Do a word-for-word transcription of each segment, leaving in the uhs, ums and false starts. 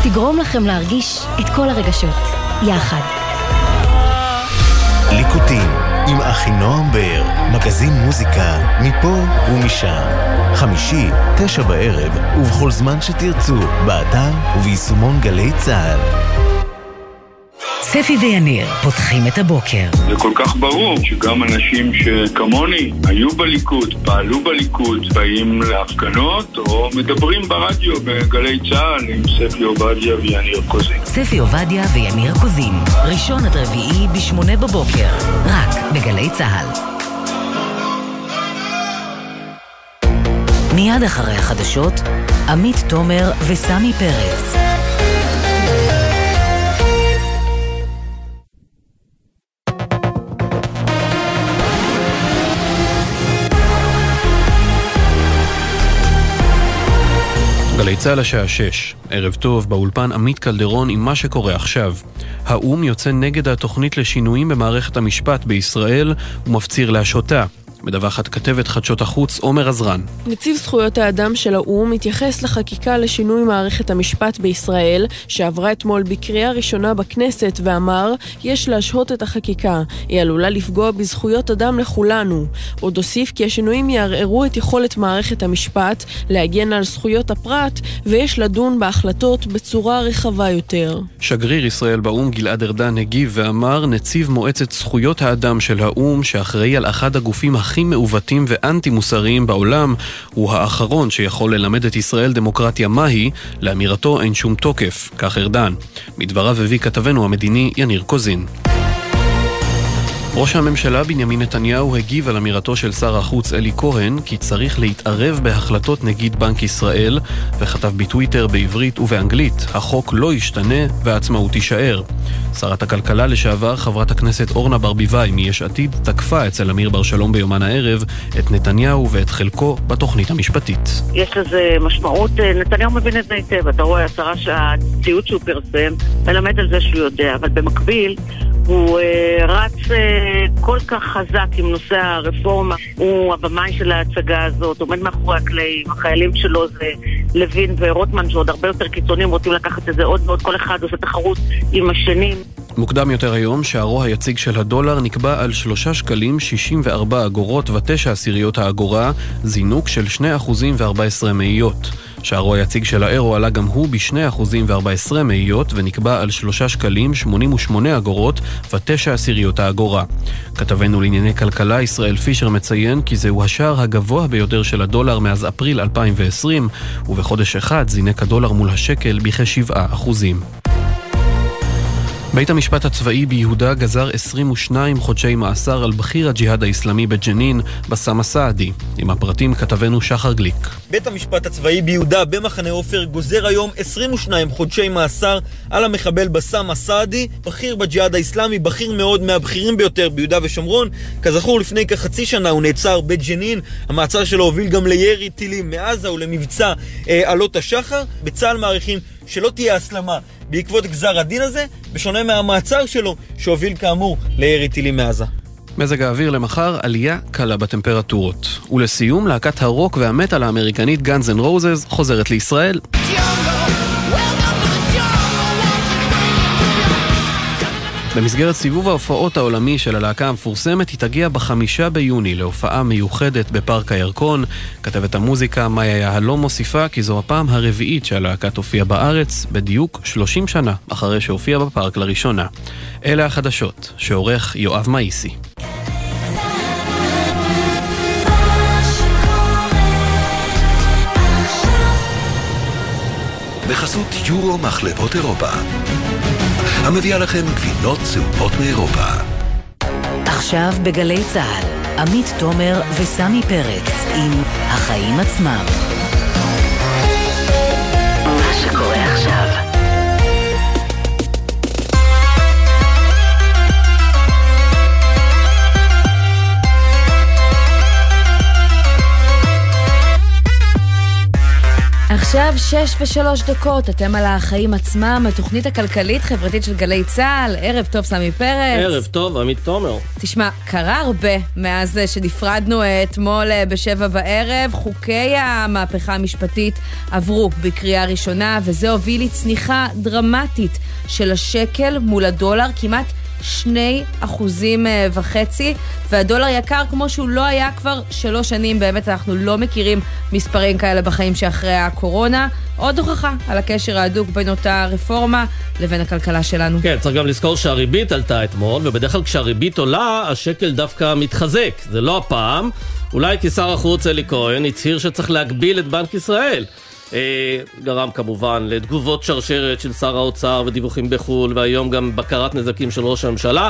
שתגרום לכם להרגיש את כל הרגשות, יחד. ליקוטים עם אחינועם בר, מגזין מוזיקה מפה ומשם. חמישי, תשע בערב, ובכל זמן שתרצו, באתר וביישומון גלי צהל. ספי ויניר פותחים את הבוקר. זה כל כך ברור שגם אנשים שכמוני היו בליכוד, פעלו בליכוד, באים להפגנות או מדברים ברדיו בגלי צהל עם ספי עובדיה ויניר קוזין. ספי עובדיה ויניר קוזין, ראשון עד רביעי בשמונה בבוקר, רק בגלי צהל. מיד אחרי החדשות, עמית תומר וסמי פרץ. גלי צהל השעה שש, ערב טוב, באולפן עמית קלדרון עם מה שקורה עכשיו. האום יוצא נגד התוכנית לשינויים במערכת המשפט בישראל ומפציר להשעותה. מדווחת כתבת חדשות החוץ עומר עזרן. נציב זכויות האדם של האום מתייחס לחקיקה לשינוי מערכת המשפט בישראל, שעברה אתמול בקריאה ראשונה בכנסת, ואמר, יש להשהות את החקיקה. היא עלולה לפגוע בזכויות אדם לכולנו. עוד הוסיף כי השינויים יערערו את יכולת מערכת המשפט להגן על זכויות הפרט, ויש לדון בהחלטות בצורה רחבה יותר. שגריר ישראל באום גלעד ארדן הגיב ואמר, נציב מועצת זכויות האדם של האום, שאחראי על אחד הגופים הכי הכי מעוותים ואנטי מוסריים בעולם, הוא האחרון שיכול ללמד את ישראל דמוקרטיה מהי, לאמירתו אין שום תוקף, כך ארדן. מדבריו הביא כתבנו המדיני יניר קוזין. ראש הממשלה בנימין נתניהו הגיב על אמירתו של שר החוץ אלי כהן כי צריך להתערב בהחלטות נגיד בנק ישראל, וכתב בטוויטר בעברית ובאנגלית, החוק לא ישתנה והעצמאות תישאר. שרת הכלכלה לשעבר חברת הכנסת אורנה ברביבאי מיש עתיד תקפה אצל אמיר בר שלום ביומן הערב את נתניהו ואת חלקו בתוכנית המשפטית. יש לזה משמעות, נתניהו מבין את זה היטב, אתה רואה השרה שהציוד שהוא פרסם מלמד על זה שהוא יודע, אבל במקביל הוא uh, רץ uh, כל כך חזק עם נושא הרפורמה, הוא הבמאי של ההצגה הזאת, עומד מאחורי הקלעים, החיילים שלו זה לוין ורוטמן שעוד הרבה יותר קיצונים, רוצים לקחת את זה עוד ועוד, כל אחד עושה תחרות עם השנים. מוקדם יותר היום, שערו היציג של הדולר נקבע על שלושה שקלים שישים וארבע אגורות ותשע עשיריות האגורה, זינוק של שני אחוזים וארבע עשרה מאיות. שערו היציג של האירו עלה גם הוא בשני אחוזים וארבע עשרה מאיות ונקבע על שלושה שקלים שמונים ושמונה אגורות ותשע עשיריות האגורה. כתבנו לענייני כלכלה ישראל פישר מציין כי זהו השער הגבוה ביותר של הדולר מאז אפריל אלפיים ועשרים, ובחודש אחד זינק הדולר מול השקל בכ-שבעה אחוזים. בית המשפט הצבאי ביהודה גזר עשרים ושניים חודשי מאסר על בכיר הג'יהאד האסלאמי בג'נין, בסם הסעדי. עם הפרטים כתבנו שחר גליק. בית המשפט הצבאי ביהודה במחנה עופר גוזר היום עשרים ושניים חודשי מאסר על המחבל בסם הסעדי, בכיר בג'יהאד האסלאמי, בכיר מאוד מהבכירים ביותר ביהודה ושומרון. כזכור, לפני כחצי שנה הוא נעצר בג'נין. המעצר שלו הוביל גם לירי טילים מעזה ולמבצע אה, עלות השחר. בצה"ל מעריכים שלא תהיה הסלמה בעקבות גזר הדין הזה, בשונה מהמעצר שלו שהוביל כאמור לירי טילים מעזה. מזג האוויר למחר, עלייה קלה בטמפרטורות. ולסיום, להקת הרוק והמטל האמריקנית גאנז אנד רוזז חוזרת לישראל. במסגרת סיבוב ההופעות העולמי של הלהקה המפורסמת, היא תגיע בחמישה ביוני להופעה מיוחדת בפארק הירקון. כתבת המוזיקה מאיה יהלום מוסיפה כי זו הפעם הרביעית שהלהקה תופיע בארץ, בדיוק שלושים שנה אחרי שהופיע בפארק לראשונה. אלה החדשות שעורך יואב מאיסי. בחסות יורו מחלבות אירופה, המביאה לכם גבינות צהובות מאירופה. עכשיו בגלי צהל, עמית תומר וסמי פרץ עם החיים עצמם. מה שקורה עכשיו. עכשיו שש ושלוש דקות, אתם על החיים עצמם, התוכנית הכלכלית חברתית של גלי צהל. ערב טוב סמי פרץ. ערב טוב עמית תומר. תשמע, קרה הרבה מאז שנפרדנו אתמול בשבע בערב. חוקי המהפכה המשפטית עברו בקריאה ראשונה, וזה הוביל לצניחה דרמטית של השקל מול הדולר, כמעט שני אחוזים וחצי, והדולר יקר כמו שהוא לא היה כבר שלוש שנים. באמת אנחנו לא מכירים מספרים כאלה בחיים שאחרי הקורונה. עוד הוכחה על הקשר ההדוק בין אותה רפורמה לבין הכלכלה שלנו. כן, צריך גם לזכור שהריבית עלתה אתמול, ובדרך כלל כשהריבית עולה, השקל דווקא מתחזק. זה לא הפעם. אולי כי שר החוץ אלי כהן הצהיר שצריך להגביל את בנק ישראל. גרם כמובן לתגובות שרשרת של שר האוצר ודיווחים בחול, והיום גם בקרת נזקים של ראש הממשלה.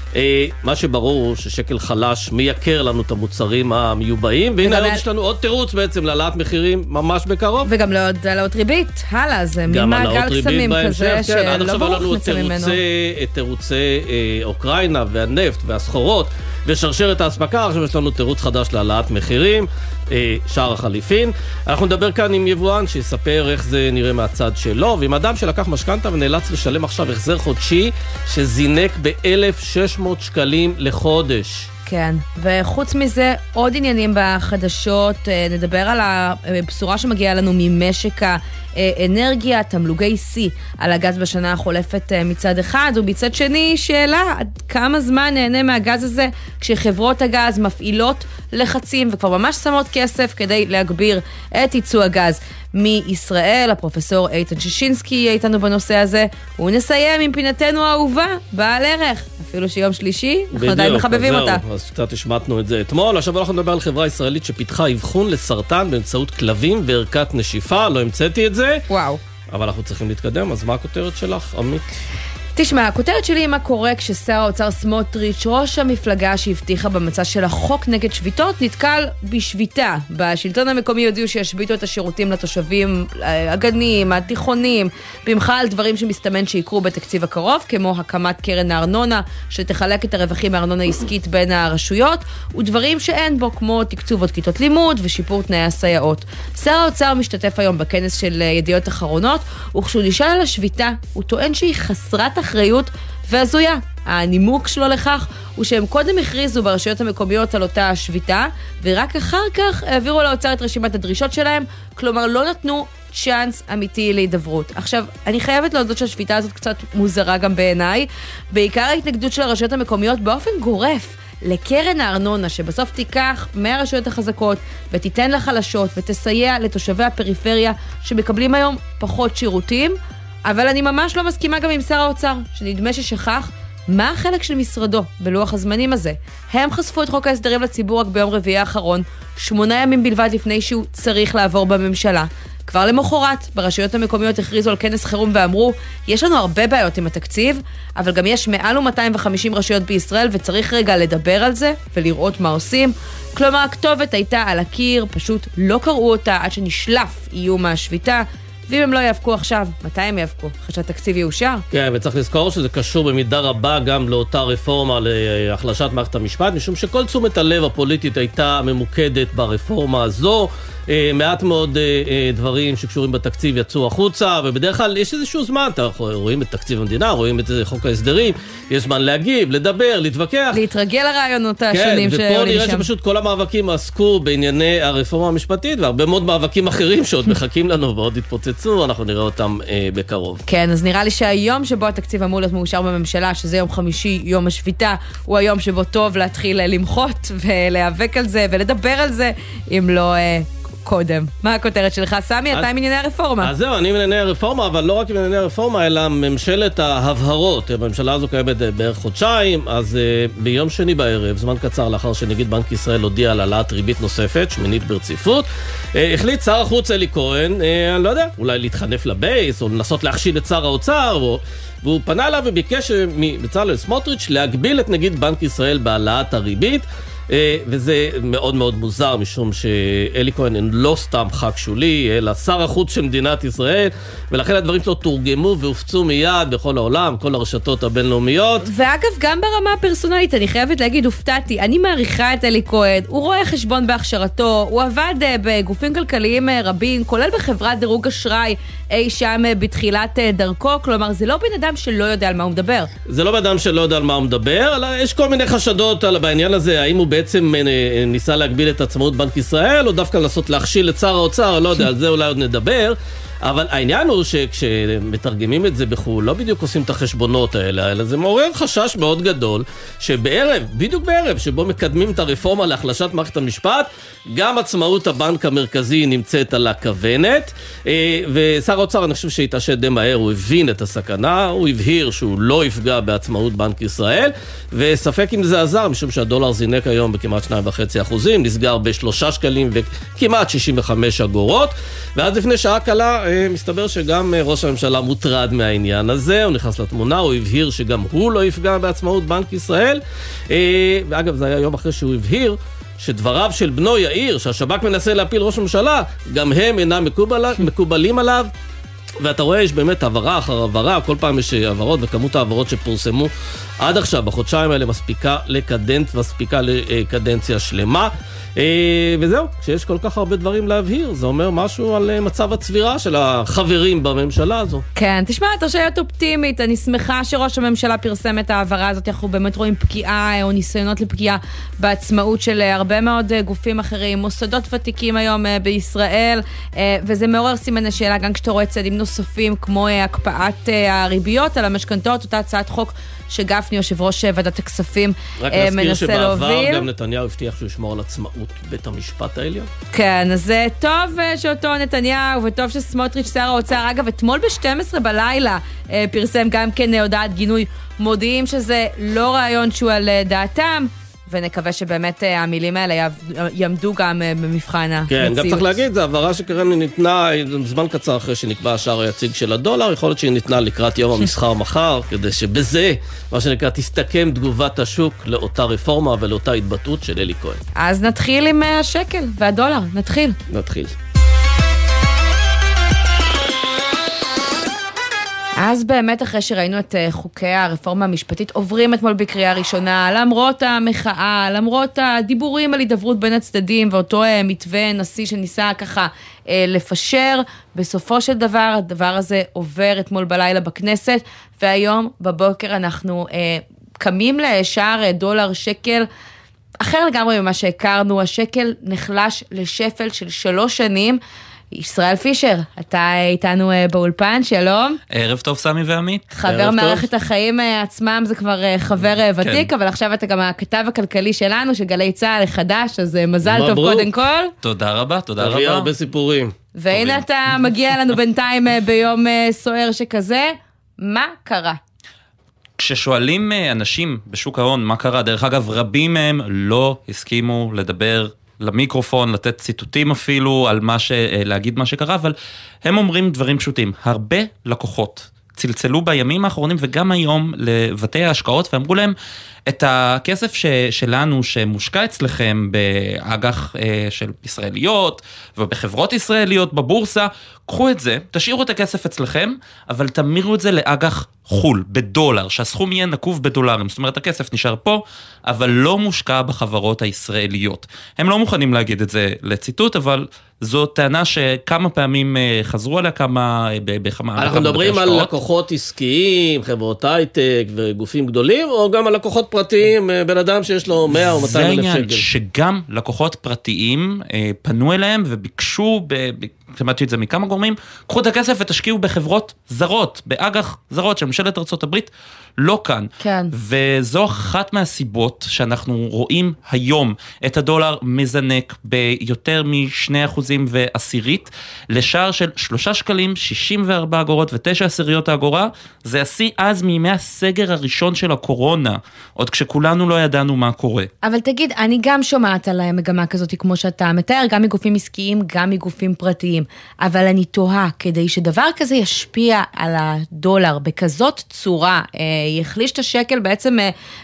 מה שברור הוא ששקל חלש מייקר לנו את המוצרים המיובאים, והנה היום יש לנו עוד תירוץ בעצם להעלאת מחירים ממש בקרוב. וגם לעוד ריבית, הלאה, זה ממעגל קסמים כזה שלא ברוך נצא ממנו. את תירוצי אוקראינה והנפט והסחורות ושרשרת ההספקה, עכשיו יש לנו תירוץ חדש להעלאת מחירים, שער החליפין. אנחנו נדבר כאן עם יבואן שיספר איך זה נראה מהצד שלו, ועם אדם שלקח משכנתה ונאלץ לשלם עכשיו החזר חודשי שזינק ב-אלף ושש מאות שקלים לחודש. כן, וחוץ מזה עוד עניינים בחדשות. נדבר על הבשורה שמגיעה לנו ממשק האנרגיה, תמלוגי C על הגז בשנה החולפת מצד אחד, ובצד שני שאלה עד כמה זמן נהנה מהגז הזה כשחברות הגז מפעילות לחצים וכבר ממש שמות כסף כדי להגביר את ייצוא הגז מישראל. הפרופסור איתן שישינסקי יהיה איתנו בנושא הזה, ונסיים עם פינתנו האהובה, בעל ערך, אפילו שיום שלישי, אנחנו עדיין מחבבים אותה. אז קצת השמטנו את זה אתמול. עכשיו אנחנו נדבר על חברה ישראלית שפיתחה אבחון לסרטן באמצעות כלבים וערכת נשיפה. לא המצאתי את זה. וואו. אבל אנחנו צריכים להתקדם, אז מה הכותרת שלך, עמית? תשמע, הכותרת שלי היא מה קורה כששר האוצר סמוטריץ', ראש המפלגה שהבטיחה במצע של החוק נגד שביתות, נתקל בשביתה. בשלטון המקומי הודיעו שישביתו את השירותים לתושבים, הגנים, התיכונים, במחל דברים שמסתמן שיקרו בתקציב הקרוב, כמו הקמת קרן הארנונה, שתחלק את הרווחים מהארנונה עסקית בין הרשויות, ודברים שאין בו, כמו תקצוב עוד כיתות לימוד ושיפור תנאי הסייעות. שר האוצר משתתף היום בכנס של ידיעות אחרונות, וכשהוא נשאל על השביתה, הוא טוען שהיא חסרת אחריות והזויה. הנימוק שלו לכך הוא שהם קודם הכריזו ברשויות המקומיות על אותה שביתה, ורק אחר כך העבירו לאוצר את רשימת הדרישות שלהם, כלומר לא נתנו צ'אנס אמיתי להידברות. עכשיו, אני חייבת להודות שהשביתה הזאת קצת מוזרה גם בעיניי, בעיקר ההתנגדות של הרשויות המקומיות באופן גורף לקרן הארנונה, שבסוף תיקח מהרשויות החזקות ותיתן לחלשות ותסייע לתושבי הפריפריה שמקבלים היום פחות שירותים. אבל אני ממש לא מסכימה גם עם שר האוצר, שנדמה ששכח מה החלק של משרדו בלוח הזמנים הזה. הם חשפו את חוק ההסדרים לציבור רק ביום רביעי האחרון, שמונה ימים בלבד לפני שהוא צריך לעבור בממשלה. כבר למחרת, ברשויות המקומיות הכריזו על כנס חירום ואמרו, יש לנו הרבה בעיות עם התקציב, אבל גם יש מעל ו-מאתיים וחמישים רשויות בישראל, וצריך רגע לדבר על זה ולראות מה עושים. כלומר, הכתובת הייתה על הקיר, פשוט לא קראו אותה עד שנשלף איום מהשביתה, ואם הם לא יאבקו עכשיו, מתי הם יאבקו? אחרי שהתקציב יאושר? כן, וצריך לזכור שזה קשור במידה רבה גם לאותה רפורמה להחלשת מערכת המשפט, משום שכל תשומת הלב הפוליטית הייתה ממוקדת ברפורמה הזו. מעט מאוד דברים שקשורים בתקציב יצאו החוצה, ובדרך כלל יש איזשהו זמן, אנחנו רואים את תקציב המדינה, רואים את חוק ההסדרים, יש זמן להגיב, לדבר, להתווכח. להתרגל לרעיונות השונים שעולים שם. ופה נראה שפשוט כל המאבקים עסקו בענייני הרפורמה המשפטית, והרבה מאוד מאבקים אחרים שעוד מחכים לנו ועוד התפוצצו, אנחנו נראה אותם אה, בקרוב. כן, אז נראה לי שהיום שבו התקציב אמור להיות מאושר בממשלה, שזה יום חמישי, יום השביתה, הוא היום שבו טוב להתחיל למחות ולהיאבק על זה ולדבר על זה, אם לא... אה, קודם. מה הכותרת שלך, סמי? אתה עם ענייני הרפורמה. אז זהו, אני עם ענייני הרפורמה, אבל לא רק עם ענייני הרפורמה, אלא ממשלת ההבהרות. הממשלה הזו קיימת בערך חודשיים, אז uh, ביום שני בערב, זמן קצר לאחר שנגיד בנק ישראל הודיע על העלאת ריבית נוספת, שמינית ברציפות, uh, החליט שר החוץ אלי כהן, uh, אני לא יודע, אולי להתחנף לבייס, או לנסות להכשיל את שר האוצר, או... והוא פנה אליו וביקש מבצלאל סמוטריץ' להגביל את נגיד בנק ישראל בהעלאת הריבית. וזה מאוד מאוד מוזר, משום שאלי כהן אין לא סתם ח"כ שולי, אלא שר החוץ של מדינת ישראל, ולכן הדברים שלו תורגמו והופצו מיד בכל העולם, כל הרשתות הבינלאומיות. ואגב, גם ברמה הפרסונלית, אני חייבת להגיד, הופתעתי, אני מעריכה את אלי כהן, הוא רואה חשבון בהכשרתו, הוא עבד בגופים כלכליים רבים, כולל בחברת דירוג אשראי, אי שם בתחילת דרכו, כלומר, זה לא בן אדם שלא יודע על מה הוא מדבר. זה לא בן אדם שלא יודע על מה הוא מדבר, אלא יש כל מיני חשדות על בעניין הזה, האם הוא בעצם ניסה להגביל את עצמאות בנק ישראל, או דווקא לנסות להכשיל את שר האוצר, לא יודע, על זה אולי עוד נדבר. אבל העניין הוא שכשמתרגמים את זה בחו"ל, לא בדיוק עושים את החשבונות האלה, אלא זה מעורר חשש מאוד גדול, שבערב, בדיוק בערב, שבו מקדמים את הרפורמה להחלשת מערכת המשפט, גם עצמאות הבנק המרכזי נמצאת על הכוונת, ושר האוצר, אני חושב שהתעשת די מהר, הוא הבין את הסכנה, הוא הבהיר שהוא לא יפגע בעצמאות בנק ישראל, וספק אם זה עזר, משום שהדולר זינק היום בכמעט שניים וחצי אחוזים, נסגר בשלושה שקלים וכמעט שישים וחמש אגורות, ואז לפני שעה קלה, מסתבר שגם ראש הממשלה מוטרד מהעניין הזה, הוא נכנס לתמונה, הוא הבהיר שגם הוא לא יפגע בעצמאות בנק ישראל, ואגב זה היה יום אחרי שהוא הבהיר שדבריו של בנו יאיר, שהשב"כ מנסה להפיל ראש הממשלה, גם הם אינם מקובל, מקובלים עליו, ואתה רואה יש באמת עברה אחר עברה, כל פעם יש עברות, וכמות העברות שפורסמו עד עכשיו, בחודשיים האלה מספיקה לקדנט, מספיקה לקדנציה שלמה, וזהו, כשיש כל כך הרבה דברים להבהיר, זה אומר משהו על מצב הצבירה של החברים בממשלה הזו. כן, תשמע, אתה להיות אופטימית, אני שמחה שראש הממשלה פרסם את העברה הזאת, אנחנו באמת רואים פגיעה או ניסיונות לפגיעה בעצמאות של הרבה מאוד גופים אחרים, מוסדות ותיקים היום בישראל, וזה מעורר סימן השאלה, גם כשאתה רואה צעדים נוספים, כמו הקפאת הריביות על המשכנתאות, אותה הצעת חוק שגפני, יושב ראש ועדת הכספים, מנסה להוביל. רק נזכיר שבעבר גם נתניהו הבטיח שהוא ישמור על עצמאות בית המשפט העליון. כן, אז טוב שאותו נתניהו, וטוב שסמוטריץ' שר האוצר, אגב, אתמול ב-שתים עשרה בלילה פרסם גם כן הודעת גינוי, מודיעים שזה לא רעיון שהוא על דעתם, ונקווה שבאמת המילים האלה יעמדו גם במבחן המציאות. כן, גם צריך להגיד, זו העברה שכרם ניתנה זמן קצר אחרי שנקבע השער היציג של הדולר, יכול להיות שהיא ניתנה לקראת יום המסחר מחר, כדי שבזה, מה שנקרא, תסתכם תגובת השוק לאותה רפורמה ולאותה התבטאות של אלי כהן. אז נתחיל עם השקל והדולר, נתחיל. נתחיל. אז באמת אחרי שראינו את חוקי הרפורמה המשפטית עוברים אתמול בקריאה ראשונה, למרות המחאה, למרות הדיבורים על הידברות בין הצדדים ואותו מתווה נשיא שניסה ככה לפשר, בסופו של דבר הדבר הזה עובר אתמול בלילה בכנסת, והיום בבוקר אנחנו קמים לשער דולר שקל אחר לגמרי ממה שהכרנו, השקל נחלש לשפל של שלוש שנים, ישראל פישר, אתה איתנו באולפן, שלום. ערב טוב, סמי ועמית. חבר מערכת החיים עצמם, זה כבר חבר ותיק, אבל עכשיו אתה גם הכתב הכלכלי שלנו, שגלי צהל חדש, אז מזל טוב קודם כל. תודה רבה, תודה רבה. תביא הרבה סיפורים. והנה אתה מגיע לנו בינתיים ביום סוער שכזה, מה קרה? כששואלים אנשים בשוק ההון מה קרה, דרך אגב, רבים מהם לא הסכימו לדבר למיקרופון, לתת ציטוטים אפילו, על מה ש... להגיד מה שקרה, אבל הם אומרים דברים פשוטים. הרבה לקוחות צלצלו בימים האחרונים וגם היום לבתי ההשקעות, ואמרו להם, את הכסף ש... שלנו שמושקע אצלכם באג"ח של ישראליות ובחברות ישראליות בבורסה, קחו את זה, תשאירו את הכסף אצלכם, אבל תמירו את זה לאג"ח חול, בדולר, שהסכום יהיה נקוב בדולרים, זאת אומרת, הכסף נשאר פה, אבל לא מושקע בחברות הישראליות. הם לא מוכנים להגיד את זה לציטוט, אבל זו טענה שכמה פעמים חזרו עליה, כמה בכמה... אנחנו מדברים על לקוחות עסקיים, חברות הייטק וגופים גדולים, או גם על לקוחות פרטיים, בן אדם שיש לו מאה או מאתיים אלף שקל. זה עניין שגם לקוחות פרטיים פנו אליהם וביקשו, שמעתי את זה מכמה גורמים, קחו את הכסף ותשקיעו בחברות זרות, באג"ח זרות של ממשלת ארצות הברית, לא כאן. כן. וזו אחת מהסיבות שאנחנו רואים היום את הדולר מזנק ביותר משני אחוזים ועשירית, לשער של שלושה שקלים, שישים וארבע אגורות ותשע עשיריות האגורה, זה השיא אז מימי הסגר הראשון של הקורונה, עוד כשכולנו לא ידענו מה קורה. אבל תגיד, אני גם שומעת על מגמה כזאת כמו שאתה מתאר, גם מגופים עסקיים, גם מגופים פרטיים. אבל אני תוהה, כדי שדבר כזה ישפיע על הדולר בכזאת צורה, יחליש את השקל בעצם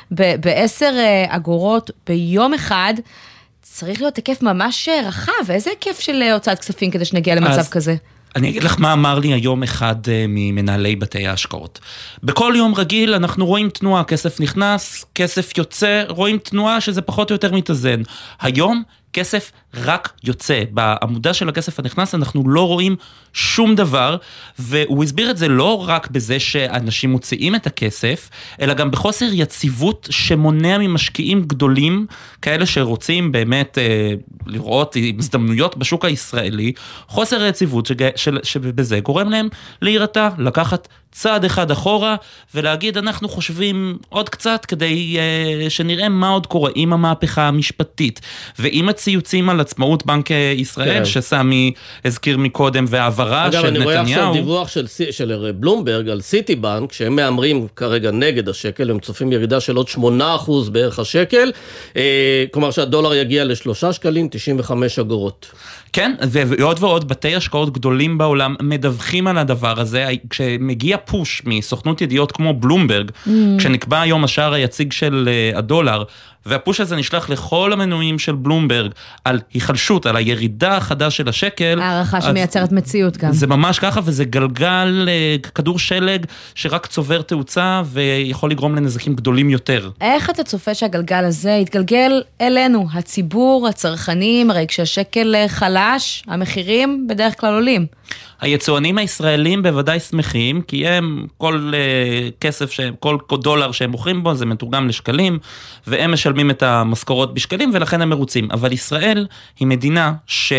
בעשר אגורות ביום אחד, צריך להיות היקף ממש רחב. איזה היקף של הוצאת כספים כדי שנגיע למצב אז... כזה? אני אגיד לך מה אמר לי היום אחד ממנהלי בתי ההשקעות. בכל יום רגיל אנחנו רואים תנועה, כסף נכנס, כסף יוצא, רואים תנועה שזה פחות או יותר מתאזן. היום כסף רק יוצא. בעמודה של הכסף הנכנס אנחנו לא רואים שום דבר, והוא הסביר את זה לא רק בזה שאנשים מוציאים את הכסף, אלא גם בחוסר יציבות שמונע ממשקיעים גדולים, כאלה שרוצים באמת אה, לראות הזדמנויות בשוק הישראלי, חוסר יציבות שג... של... שבזה גורם להם להירתע, לקחת צעד אחד אחורה, ולהגיד אנחנו חושבים עוד קצת כדי uh, שנראה מה עוד קורה עם המהפכה המשפטית, ועם הציוצים על עצמאות בנק ישראל, כן. שסמי הזכיר מקודם, והעברה של נתניהו. אגב, אני רואה עכשיו דיווח של, של בלומברג על סיטי בנק, שהם מאמרים כרגע נגד השקל, הם צופים ירידה של עוד שמונה אחוז בערך השקל, אה, כלומר שהדולר יגיע לשלושה שקלים, תשעים וחמש אגורות. כן, ועוד ועוד בתי השקעות גדולים בעולם מדווחים על הדבר הזה, כשמגיע פוש מסוכנות ידיעות כמו בלומברג, mm. כשנקבע היום השער היציג של uh, הדולר, והפוש הזה נשלח לכל המנויים של בלומברג על היחלשות, על הירידה החדה של השקל. הערכה שמייצרת מציאות גם. זה ממש ככה, וזה גלגל, uh, כדור שלג, שרק צובר תאוצה, ויכול לגרום לנזקים גדולים יותר. איך אתה צופה שהגלגל הזה יתגלגל אלינו, הציבור, הצרכנים, הרי כשהשקל חלש, המחירים בדרך כלל עולים. היצואנים הישראלים בוודאי שמחים, כי הם, כל uh, כסף, שהם, כל דולר שהם מוכרים בו, זה מתורגם לשקלים, והם משלמים את המשכורות בשקלים, ולכן הם מרוצים. אבל ישראל היא מדינה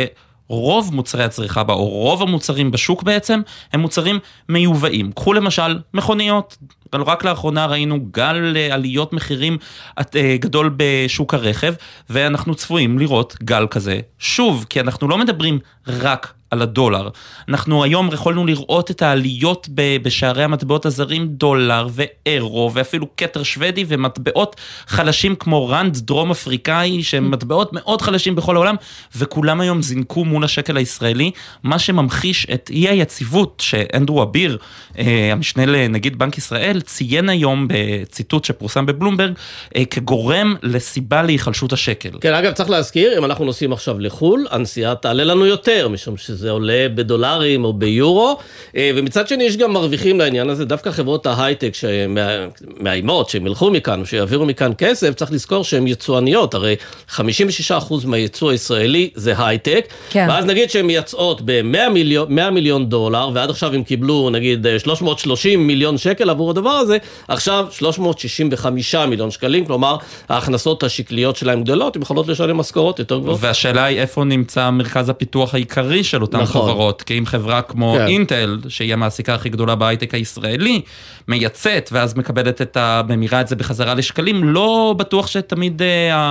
שרוב מוצרי הצריכה בה, או רוב המוצרים בשוק בעצם, הם מוצרים מיובאים. קחו למשל מכוניות, רק לאחרונה ראינו גל עליות מחירים גדול בשוק הרכב, ואנחנו צפויים לראות גל כזה שוב, כי אנחנו לא מדברים רק על הדולר. אנחנו היום יכולנו לראות את העליות בשערי המטבעות הזרים, דולר ואירו, ואפילו קטר שוודי, ומטבעות חלשים כמו רנד דרום אפריקאי, שהם מטבעות מאוד חלשים בכל העולם, וכולם היום זינקו מול השקל הישראלי, מה שממחיש את אי היציבות שאנדרו אביר, המשנה לנגיד בנק ישראל, ציין היום בציטוט שפורסם בבלומברג, כגורם לסיבה להיחלשות השקל. כן, אגב, צריך להזכיר, אם אנחנו נוסעים עכשיו לחול, הנסיעה תעלה לנו יותר, משום שזה עולה בדולרים או ביורו, ומצד שני יש גם מרוויחים לעניין הזה, דווקא חברות ההייטק שמאיימות, שהם ילכו מכאן, שיעבירו מכאן כסף, צריך לזכור שהן יצואניות, הרי חמישים ושישה אחוז מהייצוא הישראלי זה הייטק, כן. ואז נגיד שהן יצאות ב-מאה מיליון דולר, ועד עכשיו הם קיבלו נגיד שלוש מאות ושלושים מיליון שקל עבור הדבר הזה, עכשיו שלוש מאות שישים וחמישה מיליון שקלים, כלומר ההכנסות השקליות שלהם גדולות, הם יכולות לשלם משכורות יותר גבוהות. והשאלה היא איפה נמצא מרכז הפיתוח העיקרי של אותם נכון. חברות, כי אם חברה כמו כן. אינטל, שהיא המעסיקה הכי גדולה בהייטק הישראלי, מייצאת ואז מקבלת את הממירה את זה בחזרה לשקלים, לא בטוח שתמיד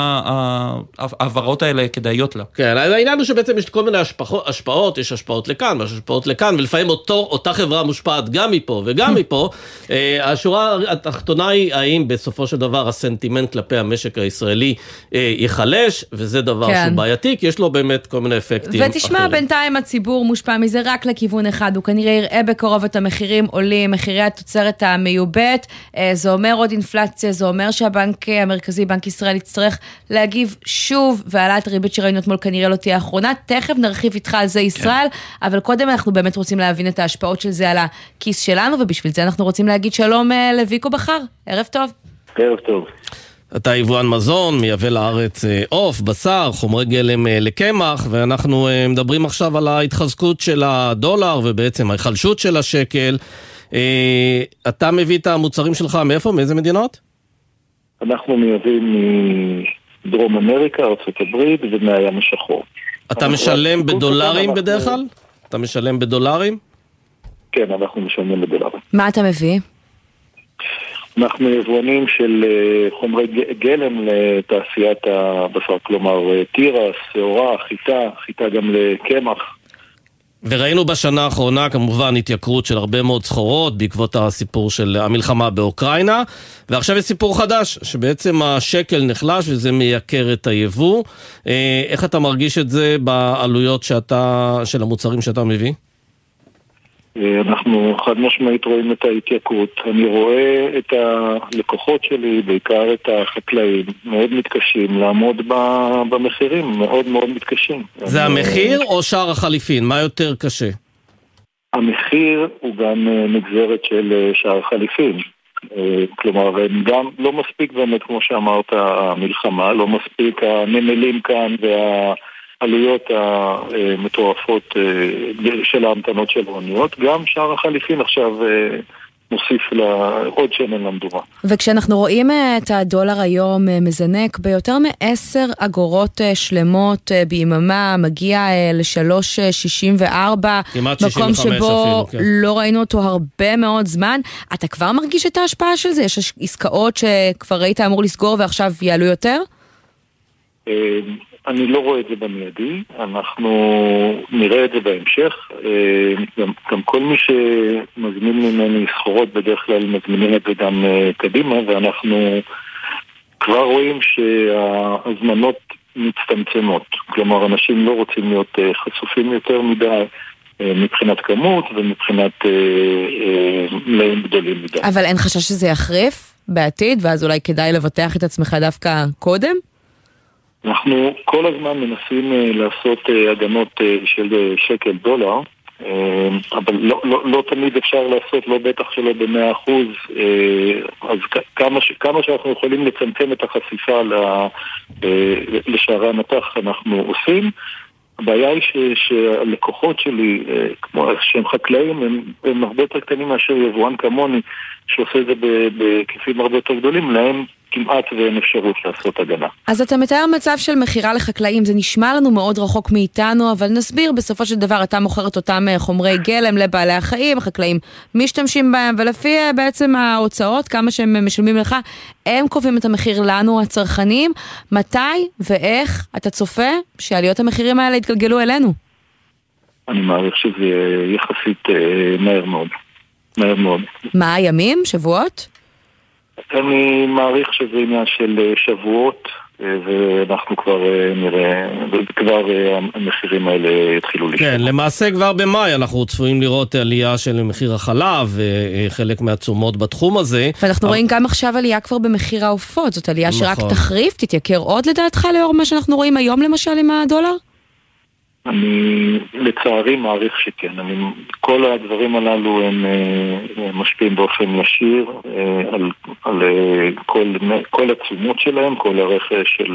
העברות האלה כדאיות לה. כן, העניין הוא שבעצם יש כל מיני השפעות, השפעות, יש השפעות לכאן, יש השפעות לכאן, ולפעמים אותו, אותה חברה מושפעת גם מפה וגם מפה. השורה התחתונה היא, האם בסופו של דבר הסנטימנט כלפי המשק הישראלי ייחלש, וזה דבר כן. שהוא בעייתי, כי יש לו באמת כל מיני אפקטים ותשמע, אחרים. בינתיים הציבור מושפע מזה רק לכיוון אחד, הוא כנראה יראה בקרוב את המחירים עולים, מחירי התוצרת המיובאת, זה אומר עוד אינפלציה, זה אומר שהבנק המרכזי, בנק ישראל, יצטרך להגיב שוב, והעלאת הריבית שראינו אתמול כנראה לא תהיה האחרונה, תכף נרחיב איתך על זה ישראל, כן. אבל קודם אנחנו באמת רוצים להבין את ההשפעות של זה על הכיס שלנו, ובשביל זה אנחנו רוצים להגיד שלום לויקו בחר, ערב טוב. ערב טוב. אתה יבואן מזון, מייבא לארץ עוף, בשר, חומרי גלם לקמח, ואנחנו מדברים עכשיו על ההתחזקות של הדולר, ובעצם ההיחלשות של השקל. אתה מביא את המוצרים שלך מאיפה? מאיזה מדינות? אנחנו מייבאים מדרום אמריקה, ארצות הברית ומהים השחור. אתה משלם בדולרים בדרך כלל? אתה משלם בדולרים? כן, אנחנו משלמים בדולרים. מה אתה מביא? אנחנו יבואנים של חומרי גלם לתעשיית הבשר, כלומר תירס, שעורה, חיטה, חיטה גם לקמח. וראינו בשנה האחרונה כמובן התייקרות של הרבה מאוד סחורות בעקבות הסיפור של המלחמה באוקראינה, ועכשיו יש סיפור חדש, שבעצם השקל נחלש וזה מייקר את היבוא. איך אתה מרגיש את זה בעלויות שאתה, של המוצרים שאתה מביא? אנחנו חד משמעית רואים את ההתייקרות. אני רואה את הלקוחות שלי, בעיקר את החקלאים, מאוד מתקשים לעמוד במחירים, מאוד מאוד מתקשים. זה המחיר או שער החליפין? מה יותר קשה? המחיר הוא גם נגזרת של שער החליפין. כלומר, גם לא מספיק באמת, כמו שאמרת, המלחמה, לא מספיק הנמלים כאן וה... עלויות המטורפות של ההמתנות של האוניות, גם שער החליפין עכשיו מוסיף לעוד שמן למדורה. וכשאנחנו רואים את הדולר היום מזנק ביותר מעשר אגורות שלמות ביממה, מגיע ל-שלוש שישים וארבע, מקום שבו כן. לא ראינו אותו הרבה מאוד זמן. אתה כבר מרגיש את ההשפעה של זה? יש עסקאות שכבר היית אמור לסגור ועכשיו יעלו יותר? אני לא רואה את זה במיידי, אנחנו נראה את זה בהמשך. גם, גם כל מי שמזמין ממני סחורות בדרך כלל מזמינים את זה גם קדימה, ואנחנו כבר רואים שההזמנות מצטמצמות. כלומר, אנשים לא רוצים להיות חשופים יותר מדי מבחינת כמות ומבחינת מלאים גדולים מדי. אבל אין חשש שזה יחריף בעתיד, ואז אולי כדאי לבטח את עצמך דווקא קודם? אנחנו כל הזמן מנסים לעשות הגנות של שקל דולר, אבל לא, לא, לא תמיד אפשר לעשות, לא בטח שלא במאה אחוז, אז כמה, כמה שאנחנו יכולים לצמצם את החשיפה לשערי המטח אנחנו עושים. הבעיה היא ש, שהלקוחות שלי, כמו שהם חקלאים, הם, הם הרבה יותר קטנים מאשר יבואן כמוני, שעושה את זה בהיקפים הרבה יותר גדולים, להם כמעט ואין אפשרות לעשות הגנה. אז אתה מתאר מצב של מחירה לחקלאים, זה נשמע לנו מאוד רחוק מאיתנו, אבל נסביר, בסופו של דבר אתה מוכר את אותם חומרי גלם לבעלי החיים, החקלאים משתמשים בהם, ולפי בעצם ההוצאות, כמה שהם משלמים לך, הם קובעים את המחיר לנו, הצרכנים. מתי ואיך אתה צופה שעליות המחירים האלה יתגלגלו אלינו? אני מעריך שזה יחסית מהר מאוד. מהר מאוד. מה, ימים? שבועות? אני מעריך שזה עניין של שבועות, ואנחנו כבר נראה, כבר המחירים האלה התחילו לשמוע. כן, למעשה כבר במאי אנחנו צפויים לראות עלייה של מחיר החלב, וחלק מהתשומות בתחום הזה. ואנחנו רואים גם עכשיו עלייה כבר במחיר העופות, זאת עלייה שרק תחריף, תתייקר עוד לדעתך לאור מה שאנחנו רואים היום למשל עם הדולר? אני לצערי מעריך שכן. אני, כל הדברים הללו הם משפיעים באופן ישיר על, על כל, כל התשומות שלהם, כל הרכש של,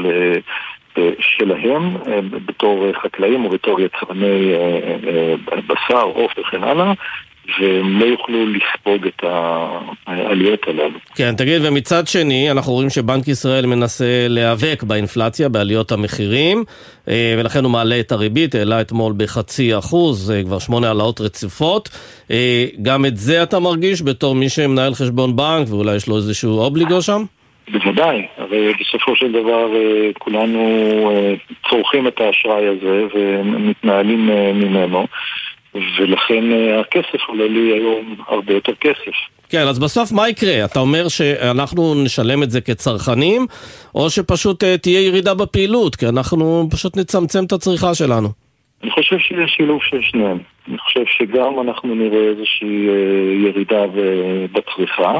שלהם בתור חקלאים או בתור יצרני בשר, עוף וכן הלאה, והם לא יוכלו לספוג את העליות הללו. כן, תגיד, ומצד שני, אנחנו רואים שבנק ישראל מנסה להיאבק באינפלציה, בעליות המחירים, ולכן הוא מעלה את הריבית, העלה אתמול בחצי אחוז, כבר שמונה העלאות רציפות. גם את זה אתה מרגיש בתור מי שמנהל חשבון בנק, ואולי יש לו איזשהו אובליגו שם? בוודאי, הרי בסופו של דבר כולנו צורכים את האשראי הזה ומתנהלים ממנו, ולכן הכסף עולה לי היום הרבה יותר כסף. כן, אז בסוף מה יקרה? אתה אומר שאנחנו נשלם את זה כצרכנים, או שפשוט תהיה ירידה בפעילות, כי אנחנו פשוט נצמצם את הצריכה שלנו? אני חושב שיש שילוב של שניהם. אני חושב שגם אנחנו נראה איזושהי ירידה בצריכה,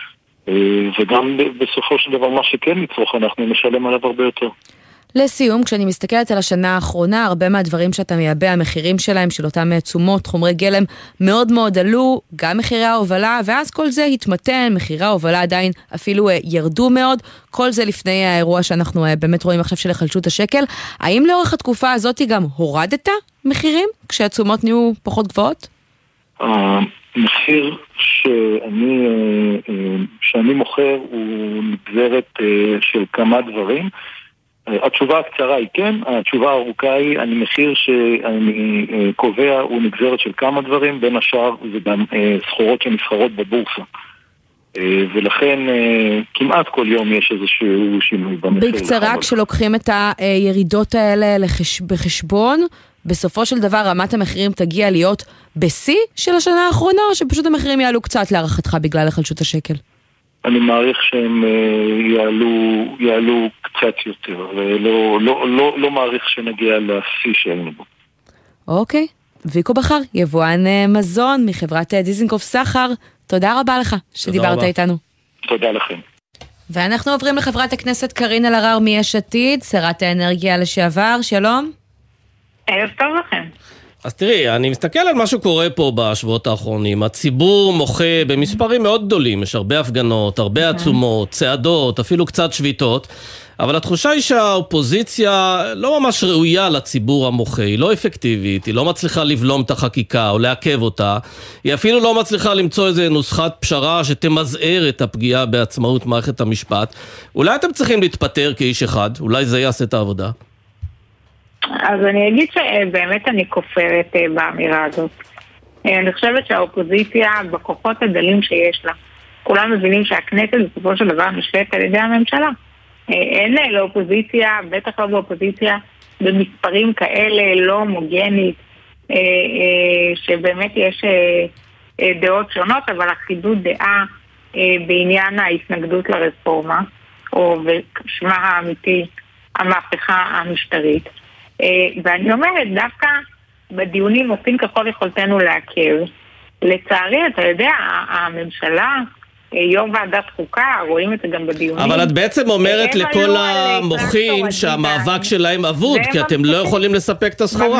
וגם בסופו של דבר מה שכן נצרוך אנחנו נשלם עליו הרבה יותר. לסיום, כשאני מסתכלת על השנה האחרונה, הרבה מהדברים שאתה מייבא, המחירים שלהם, של אותם תשומות, חומרי גלם, מאוד מאוד עלו, גם מחירי ההובלה, ואז כל זה התמתן, מחירי ההובלה עדיין אפילו ירדו מאוד, כל זה לפני האירוע שאנחנו באמת רואים עכשיו של החלשות השקל. האם לאורך התקופה הזאת גם הורדת מחירים, כשהתשומות נהיו פחות גבוהות? המחיר שאני, שאני מוכר הוא נגזרת של כמה דברים. התשובה הקצרה היא כן, התשובה הארוכה היא, אני מחיר שאני קובע הוא נגזרת של כמה דברים, בין השאר זה גם סחורות שנסחרות בבורסה. ולכן כמעט כל יום יש איזשהו שינוי במחיר. בקצרה, כשלוקחים את הירידות האלה בחשבון, בסופו של דבר רמת המחירים תגיע להיות בשיא של השנה האחרונה, או שפשוט המחירים יעלו קצת להערכתך בגלל החלשות השקל? אני מעריך שהם יעלו, יעלו קצת יותר, ולא לא, לא, לא מעריך שנגיע לשיא שלנו בו. אוקיי. ויקו בחר, יבואן מזון מחברת דיזנגוף סחר, תודה רבה לך שדיברת איתנו. תודה לכם. ואנחנו עוברים לחברת הכנסת קרין אלהרר מיש עתיד, שרת האנרגיה לשעבר, שלום. ערב טוב לכם. אז תראי, אני מסתכל על מה שקורה פה בשבועות האחרונים. הציבור מוחה במספרים מאוד גדולים, יש הרבה הפגנות, הרבה עצומות, צעדות, אפילו קצת שביתות, אבל התחושה היא שהאופוזיציה לא ממש ראויה לציבור המוחה, היא לא אפקטיבית, היא לא מצליחה לבלום את החקיקה או לעכב אותה, היא אפילו לא מצליחה למצוא איזה נוסחת פשרה שתמזער את הפגיעה בעצמאות מערכת המשפט. אולי אתם צריכים להתפטר כאיש אחד, אולי זה יעשה את העבודה. אז אני אגיד שבאמת אני כופרת באמירה הזאת. אני חושבת שהאופוזיציה בכוחות הדלים שיש לה, כולם מבינים שהכנסת בסופו של דבר נשלטת על ידי הממשלה. אין לאופוזיציה, בטח לא באופוזיציה, במספרים כאלה לא הומוגנית, שבאמת יש דעות שונות, אבל אחידות דעה בעניין ההתנגדות לרפורמה, או בשמה האמיתי, המהפכה המשטרית. ואני אומרת, דווקא בדיונים עושים ככל יכולתנו לעכב. לצערי, אתה יודע, הממשלה, יו"ר ועדת חוקה, רואים את זה גם בדיונים. אבל את בעצם אומרת לכל המוחים שהמאבק שלהם אבוד, כי אתם לא יכולים לספק את הסחורה.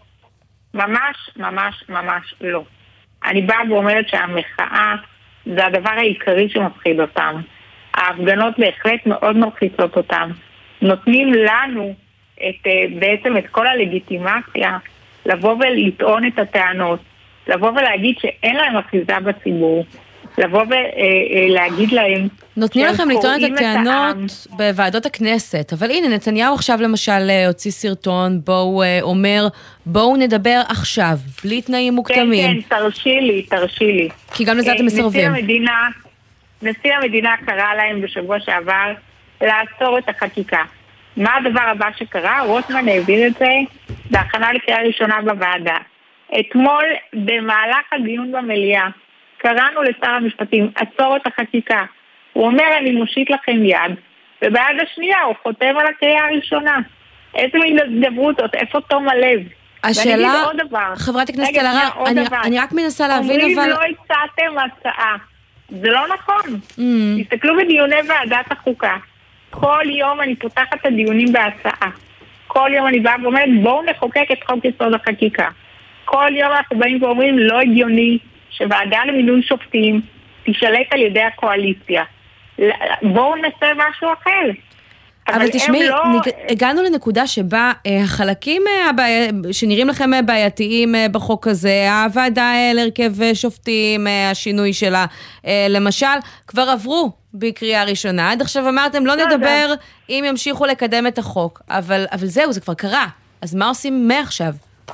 ממש, ממש, ממש לא. אני באה ואומרת שהמחאה זה הדבר העיקרי שמפחיד אותם. ההפגנות בהחלט מאוד מלחיצות אותם. נותנים לנו את, בעצם את כל הלגיטימציה לבוא ולטעון את הטענות, לבוא ולהגיד שאין להם אחיזה בציבור, לבוא ולהגיד להם... נותנים לכם לטעון את הטענות בוועדות הכנסת, אבל הנה נתניהו עכשיו למשל הוציא סרטון בו הוא אומר בואו נדבר עכשיו, בלי תנאים מוקדמים. כן, כן, תרשי לי, תרשי לי. כי גם לזה אתם מסרבים. נשיא המדינה, נשיא המדינה קרא להם בשבוע שעבר לעצור את החקיקה. מה הדבר הבא שקרה? רוטמן העביר את זה בהכנה לקריאה ראשונה בוועדה. אתמול במהלך הדיון במליאה קראנו לשר המשפטים, עצור את החקיקה. הוא אומר, אני מושיט לכם יד, וביד השנייה הוא חותם על הקריאה הראשונה. איזה מין דברות זאת? איפה תום הלב? השאלה, חברת הכנסת אלהרר, אני, אני רק מנסה להבין, אומרים, אבל... לא הצעתם הצעה. זה לא נכון. Mm. תסתכלו בדיוני ועדת החוקה. כל יום אני פותחת את הדיונים בהצעה. כל יום אני באה ואומרת, בואו נחוקק את חוק יסוד החקיקה. כל יום אנחנו באים ואומרים, לא הגיוני שוועדה למינוי שופטים תשלט על ידי הקואליציה. בואו נעשה משהו אחר. אבל, אבל תשמעי, לא... נג... הגענו לנקודה שבה אה, החלקים אה, הבעי... שנראים לכם אה, בעייתיים אה, בחוק הזה, הוועדה אה, להרכב אה, שופטים, אה, השינוי שלה, אה, למשל, כבר עברו בקריאה ראשונה. עד עכשיו אמרתם, לא נדבר זה. אם ימשיכו לקדם את החוק. אבל, אבל זהו, זה כבר קרה. אז מה עושים מעכשיו?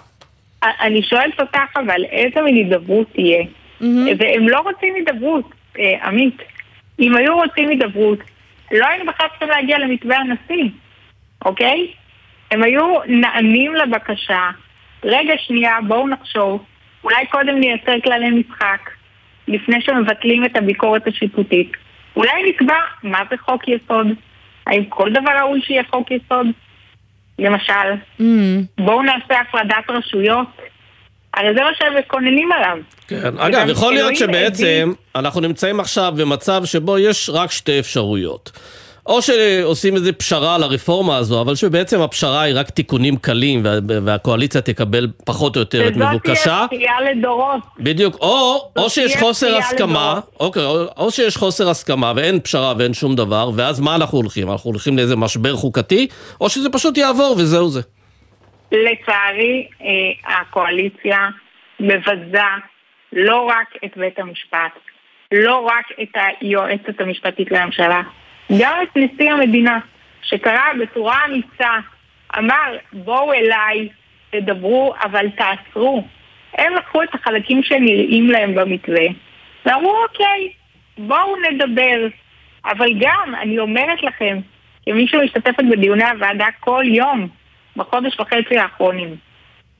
אני שואלת אותך, אבל איזה מין הידברות תהיה? Mm-hmm. והם לא רוצים הידברות, אה, עמית. אם היו רוצים הידברות, לא היינו בכלל צריכים להגיע למתווה הנשיא, אוקיי? הם היו נענים לבקשה, רגע שנייה, בואו נחשוב, אולי קודם נייצר כללי משחק, לפני שמבטלים את הביקורת השיפוטית. אולי נקבע מה זה חוק יסוד, האם כל דבר ראוי שיהיה חוק יסוד? למשל, mm. בואו נעשה הפרדת רשויות, הרי זה מה שהם מקוננים עליו. כן, אגב, יכול להיות שבעצם אנחנו נמצאים עכשיו במצב שבו יש רק שתי אפשרויות. או שעושים איזו פשרה על הרפורמה הזו, אבל שבעצם הפשרה היא רק תיקונים קלים, והקואליציה תקבל פחות או יותר את מבוקשה. וזאת תהיה תהיה לדורות. בדיוק, או, או שיש חוסר הסכמה, אוקיי, או, או שיש חוסר הסכמה, ואין פשרה ואין שום דבר, ואז מה אנחנו הולכים? אנחנו הולכים לאיזה משבר חוקתי, או שזה פשוט יעבור וזהו זה. לצערי, הקואליציה מבזה לא רק את בית המשפט, לא רק את היועצת המשפטית לממשלה, גם את נשיא המדינה, שקרא בצורה אמיצה, אמר, בואו אליי, תדברו, אבל תעצרו. הם לקחו את החלקים שנראים להם במתווה, ואמרו, אוקיי, בואו נדבר. אבל גם, אני אומרת לכם, כמי שמשתתפת בדיוני הוועדה כל יום, בחודש וחצי האחרונים,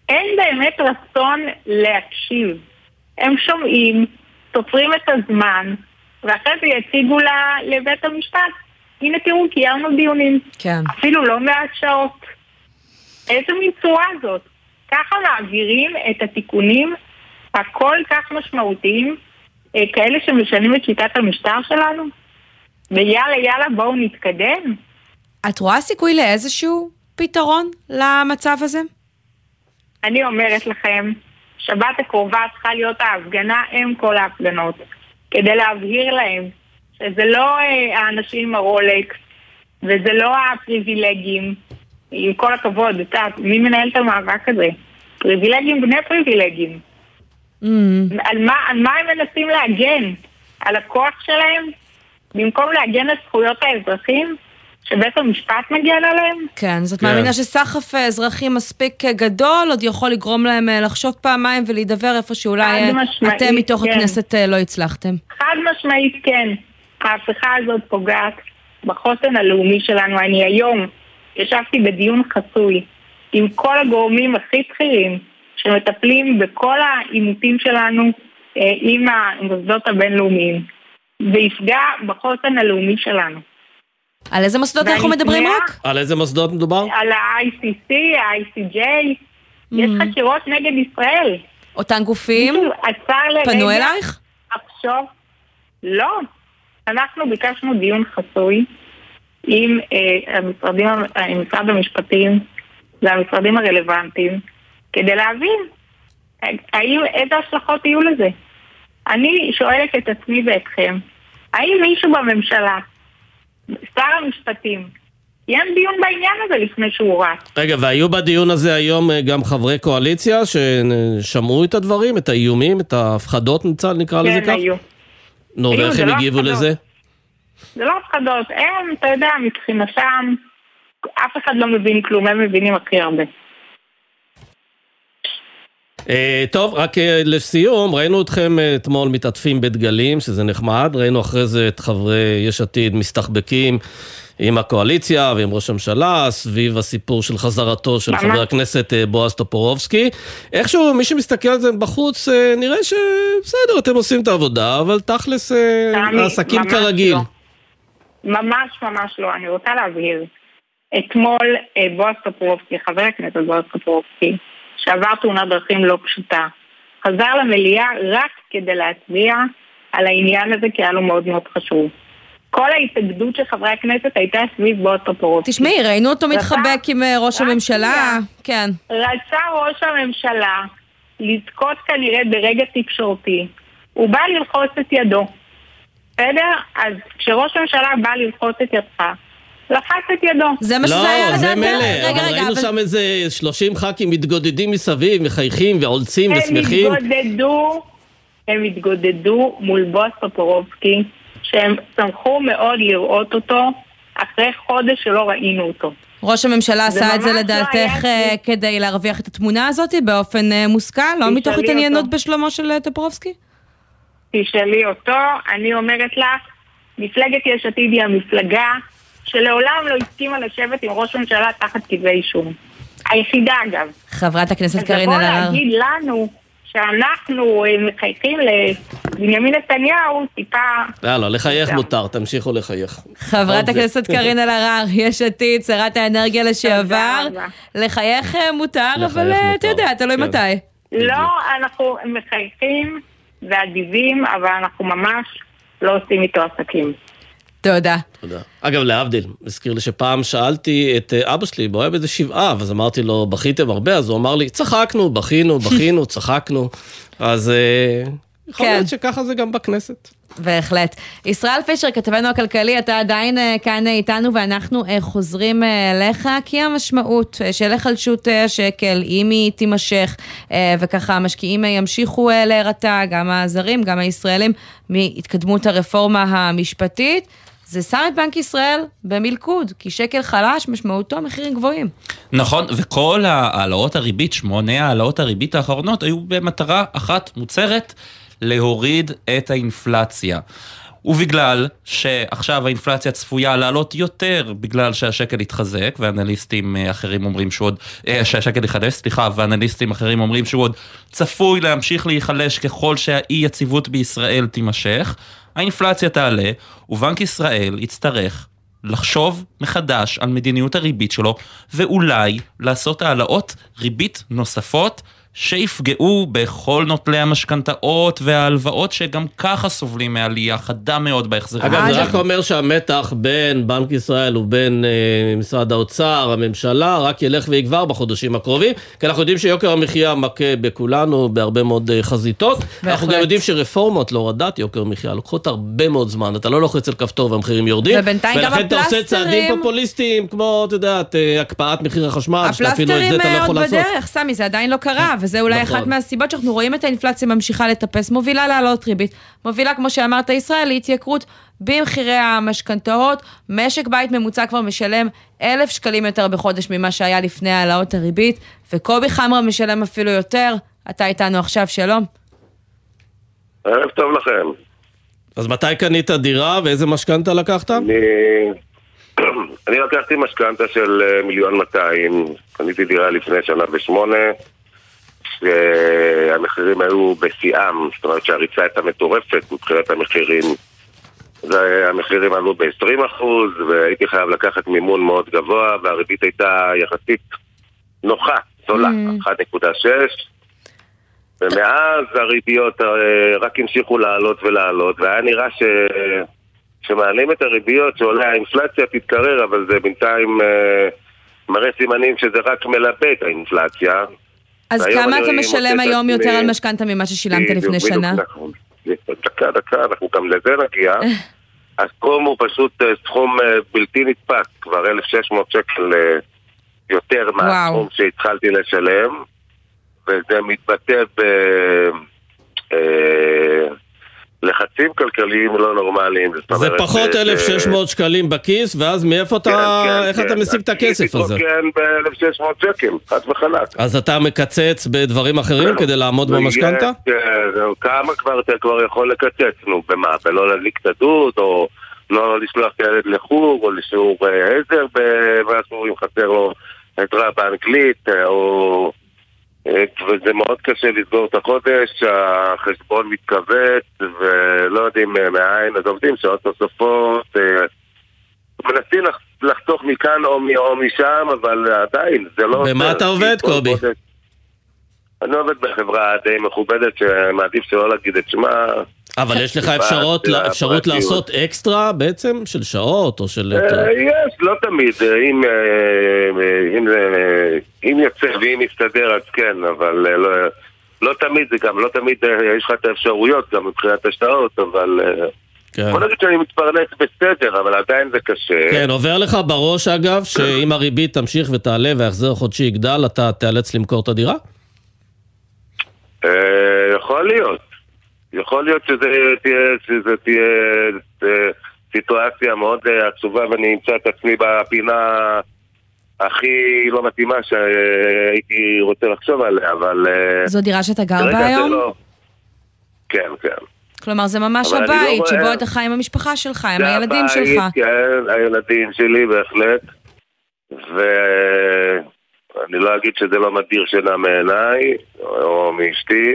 אין באמת רצון להקשיב. הם שומעים, תופרים את הזמן, ואחרי זה יציגו לה, לבית המשפט. הנה תראו, קיימנו דיונים. כן. אפילו לא מעט שעות. איזה מין צורה זאת? ככה מעבירים את התיקונים הכל כך משמעותיים, כאלה שמשנים את שיטת המשטר שלנו? ויאללה, יאללה, בואו נתקדם. את רואה סיכוי לאיזשהו פתרון למצב הזה? אני אומרת לכם, שבת הקרובה צריכה להיות ההפגנה עם כל ההפגנות, כדי להבהיר להם שזה לא האנשים עם הרולקס, וזה לא הפריבילגים, עם כל הכבוד, אתה, מי מנהל את המאבק הזה? פריבילגים בני פריבילגים. Mm. על מה, על מה הם מנסים להגן? על הכוח שלהם? במקום להגן על זכויות האזרחים? שבית המשפט מגן עליהם? כן, זאת מאמינה שסחף אזרחים מספיק גדול, עוד יכול לגרום להם לחשוב פעמיים ולהידבר איפה שאולי אתם מתוך כן. הכנסת לא הצלחתם. חד משמעית כן. ההפיכה הזאת פוגעת בחוסן הלאומי שלנו. אני היום ישבתי בדיון חסוי עם כל הגורמים הכי בכירים שמטפלים בכל העימותים שלנו עם המוסדות הבינלאומיים, ויפגע בחוסן הלאומי שלנו. על איזה מוסדות אנחנו מדברים רק? על איזה מוסדות מדובר? על ה-איי סי סי, ה-איי סי ג'יי, יש חקירות נגד ישראל. אותן גופים? פנו אלייך? עכשיו, לא. אנחנו ביקשנו דיון חסוי עם המשרדים, עם משרד המשפטים והמשרדים הרלוונטיים, כדי להבין איזה השלכות יהיו לזה. אני שואלת את עצמי ואתכם, האם מישהו בממשלה, שר המשפטים, קיים דיון בעניין הזה לפני שהוא רץ? רגע, והיו בדיון הזה היום גם חברי קואליציה ששמעו את הדברים, את האיומים, את ההפחדות, נקרא לזה כך? כן, היו. נו, ואיך הם הגיבו לזה? זה לא הפחדות, הם, אתה יודע, מבחינתם, אף אחד לא מבין כלום, הם מבינים הכי הרבה. Uh, טוב, רק uh, לסיום, ראינו אתכם uh, אתמול מתעטפים בדגלים, שזה נחמד, ראינו אחרי זה את חברי יש עתיד מסתחבקים עם הקואליציה ועם ראש הממשלה, סביב הסיפור של חזרתו של חבר הכנסת uh, בועז טופורובסקי. איכשהו, מי שמסתכל על זה בחוץ, uh, נראה שבסדר, אתם עושים את העבודה, אבל תכלס uh, העסקים כרגיל. לא. ממש ממש לא, אני רוצה להבהיר. אתמול uh, בועז טופורובסקי, חבר הכנסת בועז טופורובסקי, שעבר תאונת דרכים לא פשוטה, חזר למליאה רק כדי להצביע על העניין הזה, כי היה לו מאוד מאוד חשוב. כל ההתאגדות של חברי הכנסת הייתה סביב בועז טופורובסקי. תשמעי, ראינו אותו מתחבק עם ראש הממשלה. כן. רצה ראש הממשלה לזכות כנראה ברגע תקשורתי. הוא בא ללחוץ את ידו. בסדר? אז כשראש הממשלה בא ללחוץ את ידך, לחץ את ידו. זה מה שזה היה. לא, זה מלא. אבל ראינו שם איזה שלושים ח"כים מתגודדים מסביב, מחייכים ועולצים ושמחים. הם התגודדו, הם התגודדו מול בועז טופורובסקי, שהם שמחו מאוד לראות אותו, אחרי חודש שלא ראינו אותו. ראש הממשלה עשה את זה לדעתך כדי להרוויח את התמונה הזאת באופן מושכל, לא מתוך התעניינות בשלומו של טופורובסקי? תשאלי אותו, אני אומרת לך, מפלגת יש עתיד היא המפלגה שלעולם לא הסכימה לשבת עם ראש הממשלה תחת כתבי אישום. היחידה אגב. חברת הכנסת קארין אלהרר. אז לבוא להגיד לנו שאנחנו מחייכים לבנימין נתניהו טיפה... לא, לא, לחייך מותר, תמשיכו לחייך. חברת הכנסת קארין אלהרר, יש עתיד, שרת האנרגיה לשעבר. לחייך מותר, אבל אתה יודע, תלוי מתי. לא, אנחנו מחייכים ואדיבים, אבל אנחנו ממש לא עושים איתו עסקים. תודה. תודה. אגב, להבדיל, הזכיר לי שפעם שאלתי את אבא שלי, בוא היה באיזה שבעה, אז אמרתי לו, בכיתם הרבה, אז הוא אמר לי, צחקנו, בכינו, בכינו, צחקנו. אז יכול להיות שככה זה גם בכנסת. בהחלט. ישראל פישר, כתבנו הכלכלי, אתה עדיין כאן איתנו, ואנחנו חוזרים אליך, כי המשמעות של החלשות השקל, אם היא תימשך, וככה המשקיעים ימשיכו להירתע, גם הזרים, גם הישראלים, מהתקדמות הרפורמה המשפטית, זה שם את בנק ישראל במלכוד, כי שקל חלש משמעותו מחירים גבוהים. נכון, וכל העלאות הריבית, שמונה העלאות הריבית האחרונות, היו במטרה אחת מוצרת, להוריד את האינפלציה. ובגלל שעכשיו האינפלציה צפויה לעלות יותר בגלל שהשקל יתחזק, ואנליסטים אחרים אומרים שהוא עוד, שהשקל יחלש, סליחה, ואנליסטים אחרים אומרים שהוא עוד צפוי להמשיך להיחלש ככל שהאי יציבות בישראל תימשך, האינפלציה תעלה, ובנק ישראל יצטרך לחשוב מחדש על מדיניות הריבית שלו, ואולי לעשות העלאות ריבית נוספות, שיפגעו בכל נוטלי המשכנתאות וההלוואות שגם ככה סובלים מעלייה חדה מאוד בהחזרים. אגב, זה רק אומר שהמתח בין בנק ישראל ובין אה, משרד האוצר, הממשלה, רק ילך ויגבר בחודשים הקרובים, כי אנחנו יודעים שיוקר המחיה מכה בכולנו בהרבה מאוד אה, חזיתות. בהחלט. אנחנו גם יודעים שרפורמות להורדת יוקר מחיה לוקחות הרבה מאוד זמן, אתה לא לוחץ על כפתור והמחירים יורדים, ובינתיים גם ולכן אתה עושה צעדים פופוליסטיים כמו, אתה יודעת, אה, הקפאת מחיר החשמל, שאפילו את זה אתה לא יכול לעשות. הפלסטרים בדרך, סמי, זה עדיין לא קרה. וזה אולי נכון. אחת מהסיבות שאנחנו רואים את האינפלציה ממשיכה לטפס, מובילה לעלות ריבית, מובילה, כמו שאמרת, ישראל, להתייקרות במחירי המשכנתאות, משק בית ממוצע כבר משלם אלף שקלים יותר בחודש ממה שהיה לפני העלאות הריבית, וקובי חמרה משלם אפילו יותר. אתה איתנו עכשיו, שלום. ערב טוב לכם. אז מתי קנית דירה ואיזה משכנתה לקחת? אני, אני לקחתי משכנתה של מיליון מאתיים, קניתי דירה לפני שנה ושמונה, שהמחירים היו בשיאם, זאת אומרת שהריצה הייתה מטורפת מבחינת המחירים. המחירים עלו ב-עשרים אחוז, והייתי חייב לקחת מימון מאוד גבוה, והריבית הייתה יחסית נוחה, זולה, אחת נקודה שש, ומאז הריביות רק המשיכו לעלות ולעלות, והיה נראה ש... שמעלים את הריביות שעולה האינפלציה תתקרר, אבל זה בינתיים מראה סימנים שזה רק מלבה את האינפלציה. אז כמה אתה משלם היום יותר על משכנתה ממה ששילמת לפני שנה? דקה, דקה, אנחנו גם לזה נגיע. הסכום הוא פשוט סכום בלתי נתפס, כבר אלף ושש מאות שקל יותר מהסכום שהתחלתי לשלם, וזה מתבטא ב... לחצים כלכליים לא נורמליים. זה פחות אלף ושש מאות שקלים בכיס, ואז מאיפה אתה, איך אתה משיג את הכסף הזה? כן, ב-אלף ושש מאות שקל, חד וחלק. אז אתה מקצץ בדברים אחרים כדי לעמוד במשכנתה? כמה כבר אתה כבר יכול לקצץ? נו, במה? ולא להדליק את הדוד, או לא לשלוח את הילד לחוג, או לשיעור עזר, ואסור אם חסר לו עזרה באנגלית, או... וזה מאוד קשה לסגור את החודש, החשבון מתכווץ ולא יודעים מהעין, אז עובדים שעות נוספות, מנסים לחתוך מכאן או משם, אבל עדיין זה לא... במה אתה עובד, קובי? אני עובד בחברה די מכובדת שמעדיף שלא להגיד את שמה. אבל יש לך אפשרות לעשות אקסטרה בעצם של שעות או של... יש, לא תמיד, אם יצא ואם יסתדר אז כן, אבל לא תמיד זה גם, לא תמיד יש לך את האפשרויות גם מבחינת השעות, אבל... בוא נגיד שאני מתפרנס בסדר, אבל עדיין זה קשה. כן, עובר לך בראש אגב, שאם הריבית תמשיך ותעלה וההחזר החודשי יגדל, אתה תיאלץ למכור את הדירה? יכול להיות. יכול להיות שזה תהיה, שזה תהיה סיטואציה מאוד עצובה, ואני אמצא את עצמי בפינה הכי לא מתאימה שהייתי רוצה לחשוב עליה, אבל... זו דירה שאתה גר בה היום? לא... כן, כן. כלומר, זה ממש הבית לא שבו אתה חי עם המשפחה שלך, עם הילדים שלך. זה הבית, כן, הילדים שלי בהחלט, ואני לא אגיד שזה לא מדיר שינה מעיניי, או מאשתי.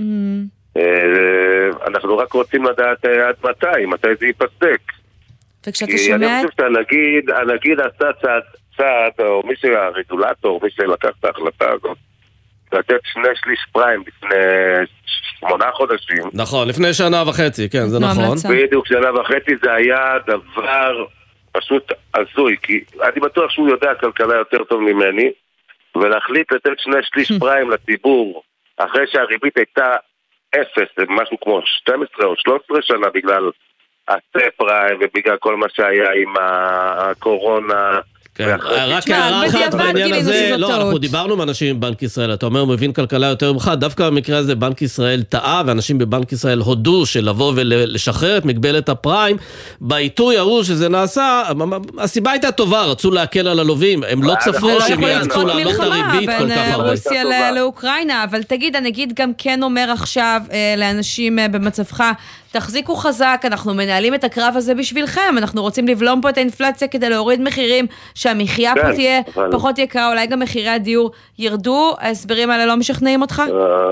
אנחנו רק רוצים לדעת עד מתי, מתי זה ייפסק. וכשאתה שומע... כי אני חושב שהנגיד, הנגיד עשה צעד, צעד, או מי שהרגולטור, מי שלקח את ההחלטה הזאת, לתת שני שליש פריים לפני שמונה חודשים. נכון, לפני שנה וחצי, כן, זה נכון. בדיוק, שנה וחצי זה היה דבר פשוט הזוי, כי אני בטוח שהוא יודע כלכלה יותר טוב ממני, ולהחליט לתת שני שליש פריים לציבור, אחרי שהריבית הייתה אפס, זה משהו כמו שתים עשרה או שלוש עשרה שנה בגלל הספריים ובגלל כל מה שהיה עם הקורונה. רק הערה אחת בעניין הזה, לא, אנחנו דיברנו עם אנשים מבנק ישראל, אתה אומר, הוא מבין כלכלה יותר ממך, דווקא במקרה הזה בנק ישראל טעה, ואנשים בבנק ישראל הודו שלבוא ולשחרר את מגבלת הפריים, בעיתוי ההוא שזה נעשה, הסיבה הייתה טובה, רצו להקל על הלווים, הם לא צפו שהם ירצו לעלות את הריבית כל כך הרבה. רוסיה לאוקראינה, אבל תגיד, הנגיד גם כן אומר עכשיו לאנשים במצבך, תחזיקו חזק, אנחנו מנהלים את הקרב הזה בשבילכם, אנחנו רוצים לבלום פה את האינפלציה כדי להוריד מחירים, שהמחיה פה תהיה פחות יקרה, אולי גם מחירי הדיור ירדו, ההסברים האלה לא משכנעים אותך?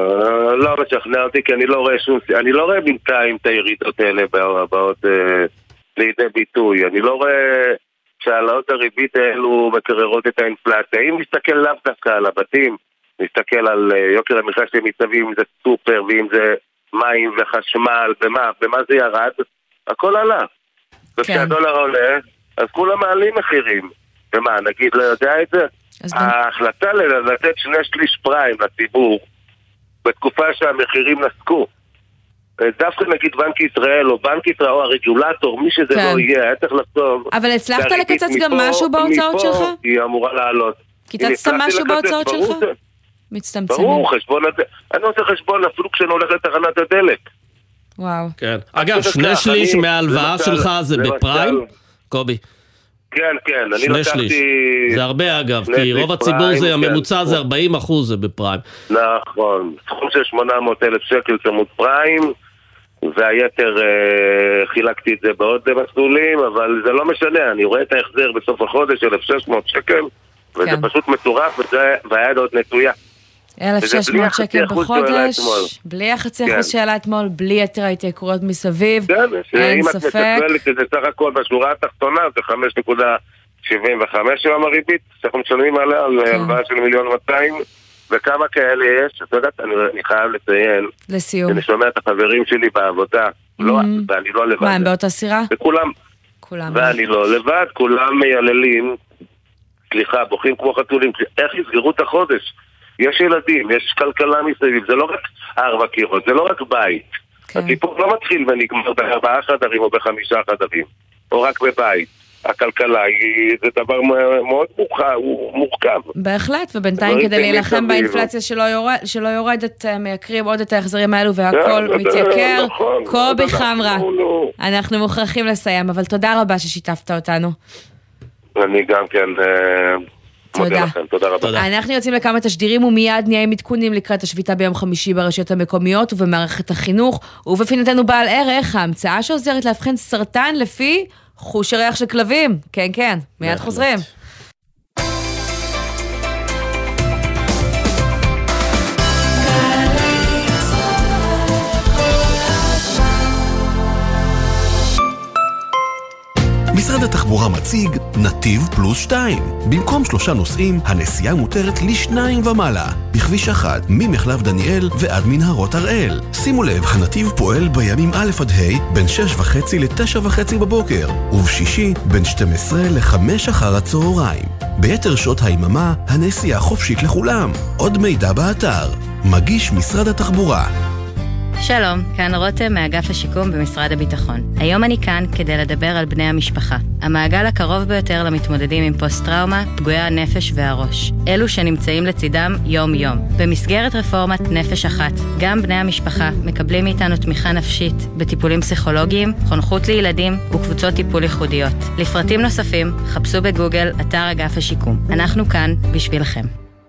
לא משכנע אותי, כי אני לא רואה שום, אני לא רואה בינתיים את הירידות האלה באות לידי ביטוי, אני לא רואה שהעלאות הריבית האלו מקררות את האינפלציה. אם נסתכל לאו דווקא על הבתים, נסתכל על יוקר המחיה שהם מסביב, אם זה סופר ואם זה מים וחשמל, במה, במה זה ירד, הכל עלה. וכשהדולר עולה, אז כולם מעלים מחירים. ומה, נגיד לא יודע את זה? ההחלטה לתת שני שליש פריים לציבור, בתקופה שהמחירים נסקו, דווקא נגיד בנק ישראל או בנק ישראל או הרגולטור, מי שזה לא יהיה, היה צריך לחתום. אבל הצלחת לקצץ גם משהו בהוצאות שלך? היא אמורה לעלות. קיצצת משהו בהוצאות שלך? מצטמצמים. ברור, חשבון, אני עושה חשבון אפילו כשאני הולך לתחנת הדלק. וואו. כן. אגב, שני שליש מההלוואה שלך זה בפריים? קובי. כן, כן, אני לקחתי... זה הרבה אגב, כי רוב הציבור זה, הממוצע זה ארבעים אחוז זה בפריים. נכון, סכום של שמונה מאות אלף שקל צמוד פריים, והיתר חילקתי את זה בעוד מסלולים, אבל זה לא משנה, אני רואה את ההחזר בסוף החודש, אלף ושש מאות שקל, וזה פשוט מטורף, והיד עוד נטויה. אלף ושש מאות שקל בחודש, בלי החצי אחוז שעלה אתמול, בלי יתר ההתייקרויות מסביב, אין ספק. אם את מתקבלת את זה סך הכל בשורה התחתונה, זה חמש נקודה שבעים וחמש שם הריבית, שאנחנו משלמים עליה, על הלוואה של מיליון מאתיים, וכמה כאלה יש, את יודעת, אני חייב לציין, לסיום. אני שומע את החברים שלי בעבודה, ואני לא לבד. מה, הם באותה סירה? וכולם, ואני לא לבד, כולם מייללים, סליחה, בוכים כמו חתולים, איך יסגרו את החודש? יש ילדים, יש כלכלה מסביב, זה לא רק ארבע קירות, זה לא רק בית. הסיפור לא מתחיל ונגמר בארבעה חדרים או בחמישה חדרים, או רק בבית. הכלכלה היא, זה דבר מאוד מורכב. בהחלט, ובינתיים כדי להילחם באינפלציה שלא יורדת, מייקרים עוד את ההחזרים האלו והכל מתייקר. קובי חמרה, אנחנו מוכרחים לסיים, אבל תודה רבה ששיתפת אותנו. אני גם כן... תודה. תודה רבה. אנחנו יוצאים לכמה תשדירים ומיד נהיה עם עדכונים לקראת השביתה ביום חמישי ברשויות המקומיות ובמערכת החינוך, ובפינתנו בעל ערך, ההמצאה שעוזרת להבחן סרטן לפי חוש הריח של כלבים. כן, כן, מיד חוזרים. משרד התחבורה מציג נתיב פלוס שתיים. במקום שלושה נוסעים, הנסיעה מותרת לשניים ומעלה. בכביש אחת, ממחלף דניאל ועד מנהרות הראל. שימו לב, הנתיב פועל בימים א' עד ה' בין שש וחצי לתשע וחצי בבוקר, ובשישי בין שתים עשרה לחמש אחר הצהריים. ביתר שעות היממה, הנסיעה חופשית לכולם. עוד מידע באתר. מגיש משרד התחבורה. שלום, כאן רותם מאגף השיקום במשרד הביטחון. היום אני כאן כדי לדבר על בני המשפחה. המעגל הקרוב ביותר למתמודדים עם פוסט-טראומה, פגועי הנפש והראש. אלו שנמצאים לצידם יום-יום. במסגרת רפורמת נפש אחת, גם בני המשפחה מקבלים מאיתנו תמיכה נפשית בטיפולים פסיכולוגיים, חונכות לילדים וקבוצות טיפול ייחודיות. לפרטים נוספים, חפשו בגוגל אתר אגף השיקום. אנחנו כאן בשבילכם.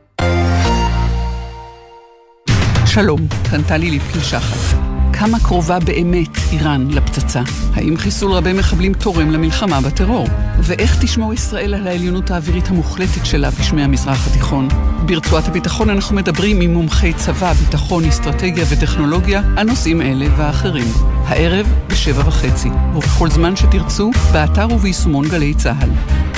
שלום, כאן טלי ליפקין שחר. כמה קרובה באמת איראן לפצצה? האם חיסול רבי מחבלים תורם למלחמה בטרור? ואיך תשמור ישראל על העליונות האווירית המוחלטת שלה בשמי המזרח התיכון? ברצועת הביטחון אנחנו מדברים עם מומחי צבא, ביטחון, אסטרטגיה וטכנולוגיה על נושאים אלה ואחרים. הערב בשבע וחצי, ובכל זמן שתרצו, באתר וביישומון גלי צהל.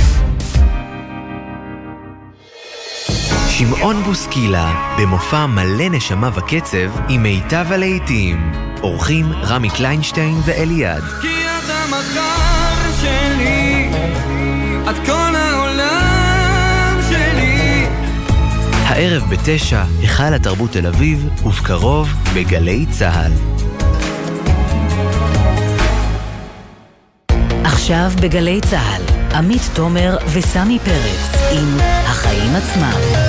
שמעון בוסקילה, במופע מלא נשמה וקצב עם מיטב הלהיטים. אורחים רמי קליינשטיין ואליעד. כי את המחר שלי, את כל העולם שלי. הערב בתשע, היכל התרבות תל אביב, ובקרוב בגלי צהל. עכשיו בגלי צהל, עמית תומר וסמי פרץ עם החיים עצמם.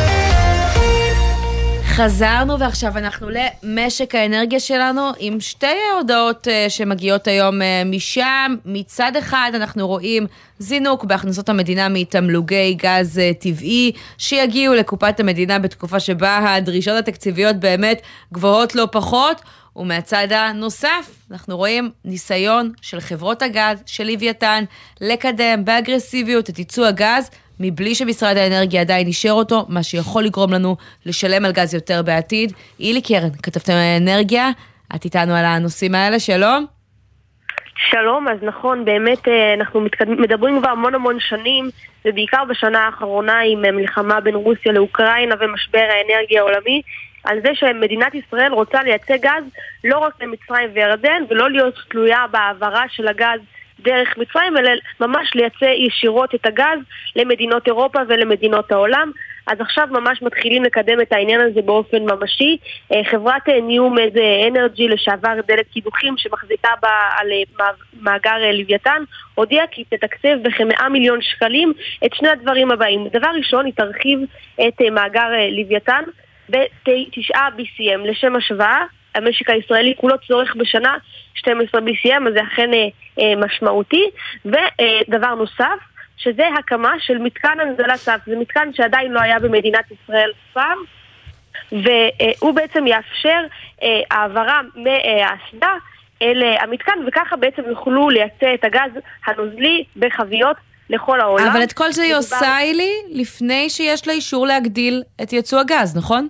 חזרנו ועכשיו אנחנו למשק האנרגיה שלנו עם שתי הודעות שמגיעות היום משם. מצד אחד אנחנו רואים זינוק בהכנסות המדינה מתמלוגי גז טבעי שיגיעו לקופת המדינה בתקופה שבה הדרישות התקציביות באמת גבוהות לא פחות, ומהצד הנוסף, אנחנו רואים ניסיון של חברות הגז, של לוויתן, לקדם באגרסיביות את ייצוא הגז, מבלי שמשרד האנרגיה עדיין אישר אותו, מה שיכול לגרום לנו לשלם על גז יותר בעתיד. אילי קרן, כתבתם על האנרגיה, את איתנו על הנושאים האלה, שלום. שלום, אז נכון, באמת אנחנו מדברים כבר המון המון שנים, ובעיקר בשנה האחרונה עם מלחמה בין רוסיה לאוקראינה ומשבר האנרגיה העולמי, על זה שמדינת ישראל רוצה לייצא גז לא רק למצרים וירדן, ולא להיות תלויה בעברה של הגז דרך מצרים, אלא ממש לייצא ישירות את הגז למדינות אירופה ולמדינות העולם. אז עכשיו ממש מתחילים לקדם את העניין הזה באופן ממשי. חברת ניומד אנרג'י לשעבר דלק קידוחים שמחזיקה בה על מאגר לוויתן, הודיעה כי תתקצב בכ-מאה מיליון שקלים את שני הדברים הבאים. דבר ראשון, היא תרחיב את מאגר לוויתן ב-תשעה בי סי אם. לשם השוואה, המשק הישראלי כולו צורך בשנה שתים עשרה בי סי אם, אז זה אכן משמעותי. ודבר נוסף, שזה הקמה של מתקן הנזלת צף. זה מתקן שעדיין לא היה במדינת ישראל פעם, והוא בעצם יאפשר העברה מהאסדה אל המתקן, וככה בעצם יוכלו לייצא את הגז הנוזלי בחביות לכל העולם. אבל את כל זה היא עושה לי לפני שיש לה אישור להגדיל את ייצוא הגז, נכון?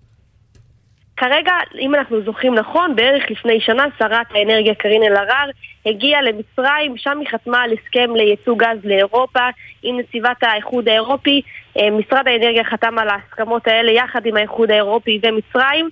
כרגע, אם אנחנו זוכרים נכון, בערך לפני שנה, שרת האנרגיה קארין אלהרר הגיעה למצרים, שם היא חתמה על הסכם לייצוא גז לאירופה עם נציבת האיחוד האירופי. משרד האנרגיה חתם על ההסכמות האלה יחד עם האיחוד האירופי ומצרים.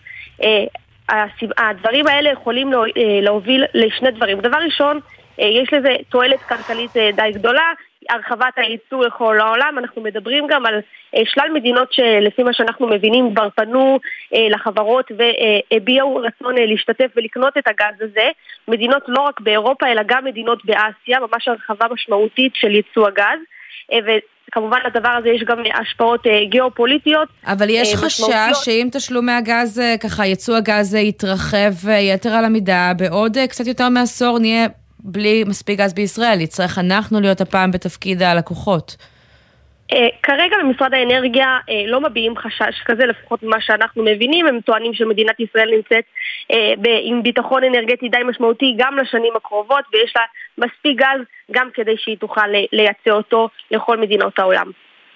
הדברים האלה יכולים להוביל לשני דברים. דבר ראשון, יש לזה תועלת כלכלית די גדולה, הרחבת הייצוא לכל העולם. אנחנו מדברים גם על שלל מדינות שלפי מה שאנחנו מבינים כבר פנו לחברות והביעו רצון להשתתף ולקנות את הגז הזה. מדינות לא רק באירופה אלא גם מדינות באסיה, ממש הרחבה משמעותית של ייצוא הגז, וכמובן לדבר הזה יש גם השפעות גיאופוליטיות. אבל יש חשש שאם תשלומי הגז, ככה ייצוא הגז יתרחב יתר על המידה, בעוד קצת יותר מעשור נהיה בלי מספיק גז בישראל, יצטרך אנחנו להיות הפעם בתפקיד הלקוחות. כרגע במשרד האנרגיה לא מביעים חשש כזה, לפחות ממה שאנחנו מבינים. הם טוענים שמדינת ישראל נמצאת עם ביטחון אנרגטי די משמעותי גם לשנים הקרובות, ויש לה מספיק גז גם כדי שהיא תוכל לייצא אותו לכל מדינות העולם.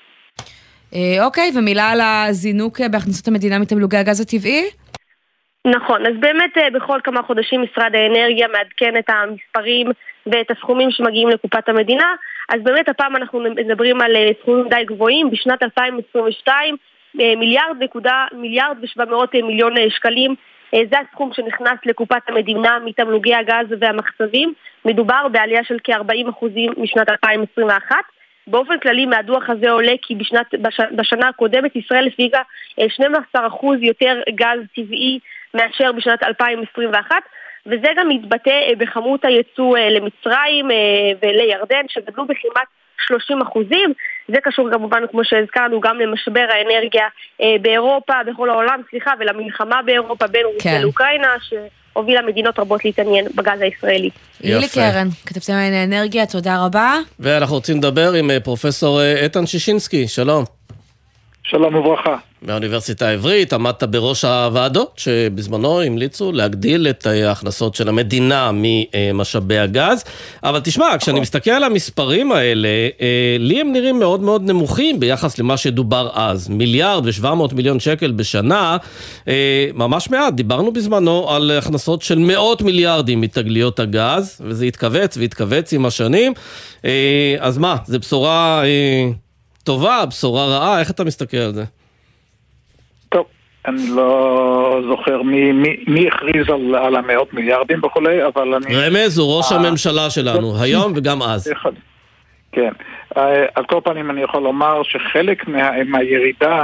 אוקיי, ומילה על הזינוק בהכנסות המדינה מתמלוגי הגז הטבעי? נכון, אז באמת בכל כמה חודשים משרד האנרגיה מעדכן את המספרים ואת הסכומים שמגיעים לקופת המדינה. אז באמת הפעם אנחנו מדברים על סכומים די גבוהים. בשנת אלפיים עשרים ושתיים מיליארד נקודה מיליארד ושבע מאות מיליון שקלים, זה הסכום שנכנס לקופת המדינה מתמלוגי הגז והמחצבים. מדובר בעלייה של כ-ארבעים אחוזים משנת אלפיים עשרים ואחת. באופן כללי מהדוח הזה עולה כי בשנת, בש, בשנה הקודמת ישראל הפיקה שנים עשר אחוז יותר גז טבעי מאשר בשנת אלפיים עשרים ואחת, וזה גם מתבטא בכמות הייצוא למצרים ולירדן שגדלו בכמעט שלושים אחוזים. זה קשור כמובן, כמו שהזכרנו, גם למשבר האנרגיה באירופה, בכל העולם, סליחה, ולמלחמה באירופה בין רוסיה כן. לאוקראינה, שהובילה מדינות רבות להתעניין בגז הישראלי. אילי קרן, כתבתם על האנרגיה, תודה רבה. ואנחנו רוצים לדבר עם פרופסור איתן שישינסקי, שלום. שלום וברכה. באוניברסיטה העברית עמדת בראש הוועדות שבזמנו המליצו להגדיל את ההכנסות של המדינה ממשאבי הגז. אבל תשמע, כשאני מסתכל על המספרים האלה, לי הם נראים מאוד מאוד נמוכים ביחס למה שדובר אז. מיליארד ושבע מאות מיליון שקל בשנה, ממש מעט. דיברנו בזמנו על הכנסות של מאות מיליארדים מתגליות הגז, וזה התכווץ והתכווץ עם השנים. אז מה, זה בשורה טובה, בשורה רעה? איך אתה מסתכל על זה? טוב, אני לא זוכר מי, מי, מי הכריז על, על המאות מיליארדים וכולי, אבל אני... רמז הוא ראש הממשלה שלנו, היום וגם אז. כן, על כל פנים אני יכול לומר שחלק מה, מהירידה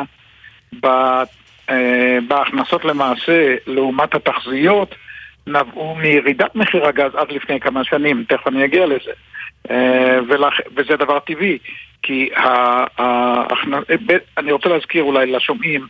בהכנסות למעשה לעומת התחזיות נבעו מירידת מחיר הגז עד לפני כמה שנים, תכף אני אגיע לזה. וזה דבר טבעי, כי אני רוצה להזכיר אולי לשומעים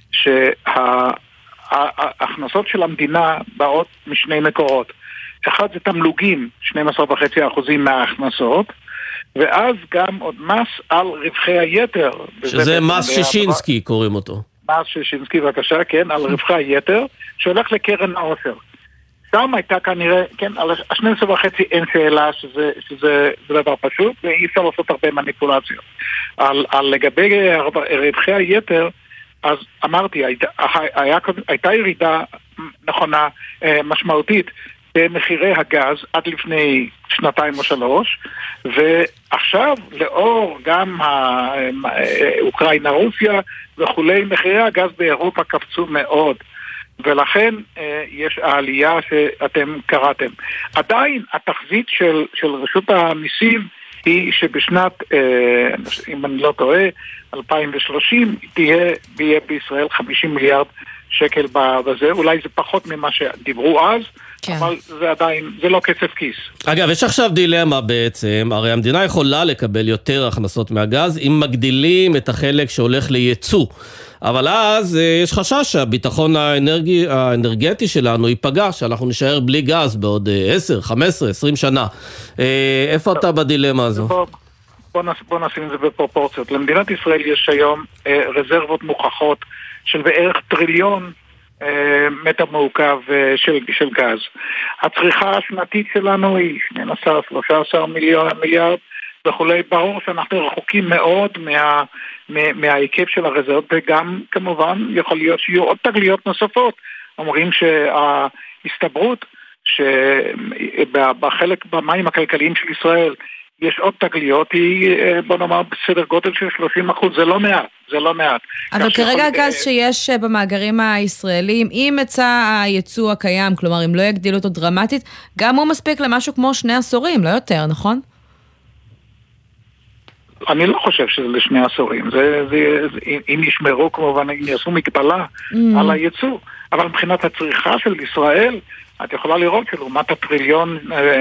שההכנסות של המדינה באות משני מקורות. אחד זה תמלוגים, שנים עשר וחצי אחוזים מההכנסות, ואז גם עוד מס על רווחי היתר. שזה מס שישינסקי קוראים אותו. מס שישינסקי, בבקשה, כן, על רווחי היתר, שהולך לקרן העושר. שם הייתה כנראה, כן, על ה-שנים עשר וחצי אין שאלה שזה, שזה, זה דבר פשוט, ואי אפשר לעשות הרבה מניפולציות. על, על לגבי רווחי היתר, אז אמרתי, הייתה, היה, הייתה ירידה נכונה, משמעותית, במחירי הגז עד לפני שנתיים או שלוש, ועכשיו לאור גם אוקראינה, רוסיה וכולי, מחירי הגז באירופה קפצו מאוד, ולכן יש העלייה שאתם קראתם. עדיין התחזית של, של רשות המיסים היא שבשנת, אם אני לא טועה, אלפיים ושלושים תהיה, תהיה בישראל חמישים מיליארד שקל בזה, אולי זה פחות ממה שדיברו אז, כן. אבל זה עדיין, זה לא כסף כיס. אגב, יש עכשיו דילמה בעצם, הרי המדינה יכולה לקבל יותר הכנסות מהגז, אם מגדילים את החלק שהולך לייצוא. אבל אז יש חשש שהביטחון האנרגי, האנרגטי שלנו ייפגע, שאנחנו נשאר בלי גז בעוד עשר, חמש עשרה, עשרים שנה. איפה אתה בדילמה הזו? בוא, בוא, נס, בוא נשים את זה בפרופורציות. למדינת ישראל יש היום אה, רזרבות מוכחות של בערך טריליון אה, מטר מעוקב אה, של, של גז. הצריכה השנתית שלנו היא שנים עשר, שלושה עשר מיליון, מיליארד וכולי. ברור שאנחנו רחוקים מאוד מה, מה, מההיקף של הרזרבות, וגם כמובן יכול להיות שיהיו עוד תגליות נוספות. אומרים שההסתברות שבחלק במים הכלכליים של ישראל יש עוד תגליות, היא, בוא נאמר, בסדר גודל של שלושים אחוז, זה לא מעט, זה לא מעט. אבל כרגע הגז שיש במאגרים הישראלים, אם מצא הייצוא הקיים, כלומר, אם לא יגדילו אותו דרמטית, גם הוא מספיק למשהו כמו שני עשורים, לא יותר, נכון? אני לא חושב שזה לשני עשורים, זה, זה, זה, אם ישמרו כמובן, אם יעשו מגבלה mm. על הייצוא, אבל מבחינת הצריכה של ישראל, את יכולה לראות שלעומת הטריליון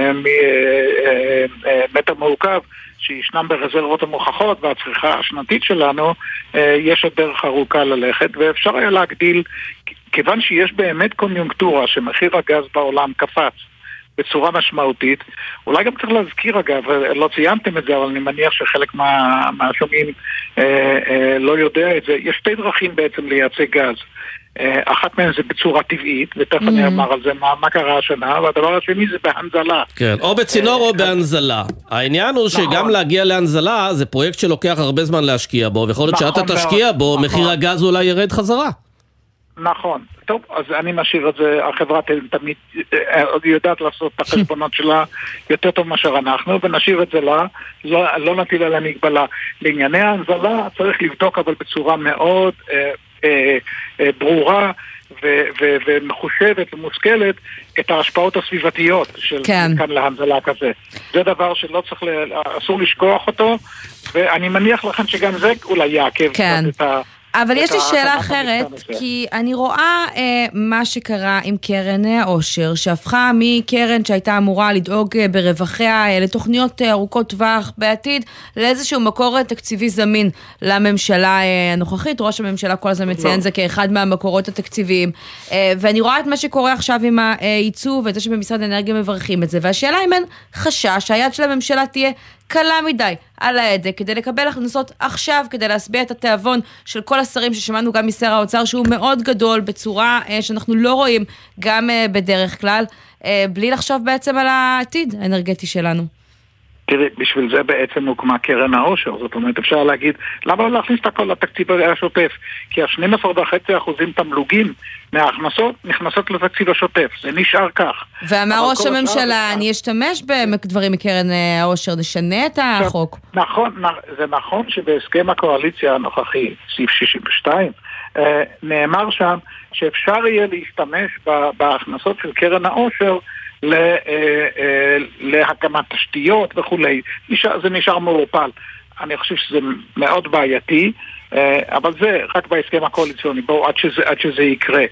מטר מעוקב שישנם ברזרבות המוכחות והצריכה השנתית שלנו, יש עוד דרך ארוכה ללכת, ואפשר היה להגדיל, כיוון שיש באמת קוניונקטורה שמחיר הגז בעולם קפץ בצורה משמעותית. אולי גם צריך להזכיר, אגב, לא ציינתם את זה, אבל אני מניח שחלק מה, מהשומעים אה, אה, לא יודע את זה. יש שתי דרכים בעצם לייצא גז. אחת מהן זה בצורה טבעית, ותכף אני אמר על זה מה, מה קרה השנה, והדבר השני זה בהנזלה. כן, או בצינור או בהנזלה. העניין הוא שגם להגיע להנזלה זה פרויקט שלוקח הרבה זמן להשקיע בו, ויכול להיות שאתה תשקיע בו, מחיר הגז אולי ירד חזרה. נכון. טוב, אז אני משאיר את זה, החברה תמיד יודעת לעשות את החשבונות שלה יותר טוב מאשר אנחנו, ונשאיר את זה לה, לא, לא נטיל עליה מגבלה. לענייני ההנזלה צריך לבדוק אבל בצורה מאוד אה, אה, ברורה ו- ו- ומחושבת ומושכלת את ההשפעות הסביבתיות של כן. כאן להנזלה כזה. זה דבר שלא צריך, ל- אסור לשכוח אותו, ואני מניח לכם שגם זה אולי יעכב כן. את ה... אבל יש לי שאלה אחרת, כי אני רואה אה, מה שקרה עם קרן העושר, שהפכה מקרן שהייתה אמורה לדאוג אה, ברווחיה אה, לתוכניות אה, ארוכות טווח בעתיד, לאיזשהו מקור תקציבי זמין לממשלה אה, הנוכחית. ראש הממשלה כל הזמן מציין זה כאחד מהמקורות התקציביים. אה, ואני רואה את מה שקורה עכשיו עם הייצוא, ואת זה שבמשרד האנרגיה מברכים את זה. והשאלה אם אין חשש שהיד של הממשלה תהיה קלה מדי על ההדק, כדי לקבל הכנסות עכשיו, כדי להסביע את התיאבון של כל השרים ששמענו גם משר האוצר, שהוא מאוד גדול, בצורה אה, שאנחנו לא רואים גם אה, בדרך כלל, אה, בלי לחשוב בעצם על העתיד האנרגטי שלנו. תראי, בשביל זה בעצם הוקמה קרן העושר, זאת אומרת, אפשר להגיד, למה לא להכניס את הכל לתקציב השוטף? כי ה-שנים עשר וחצי אחוזים תמלוגים מההכנסות נכנסות לתקציב השוטף, זה נשאר כך. ואמר ראש הממשלה, אני אשתמש בדברים מקרן העושר, נשנה את החוק. נכון, זה נכון שבהסכם הקואליציה הנוכחי, סעיף שישים ושתיים, נאמר שם שאפשר יהיה להשתמש בהכנסות של קרן העושר להקמת תשתיות וכולי. זה נשאר מעורפל. אני חושב שזה מאוד בעייתי, אבל זה רק בהסכם הקואליציוני, בואו עד שזה, עד שזה יקרה.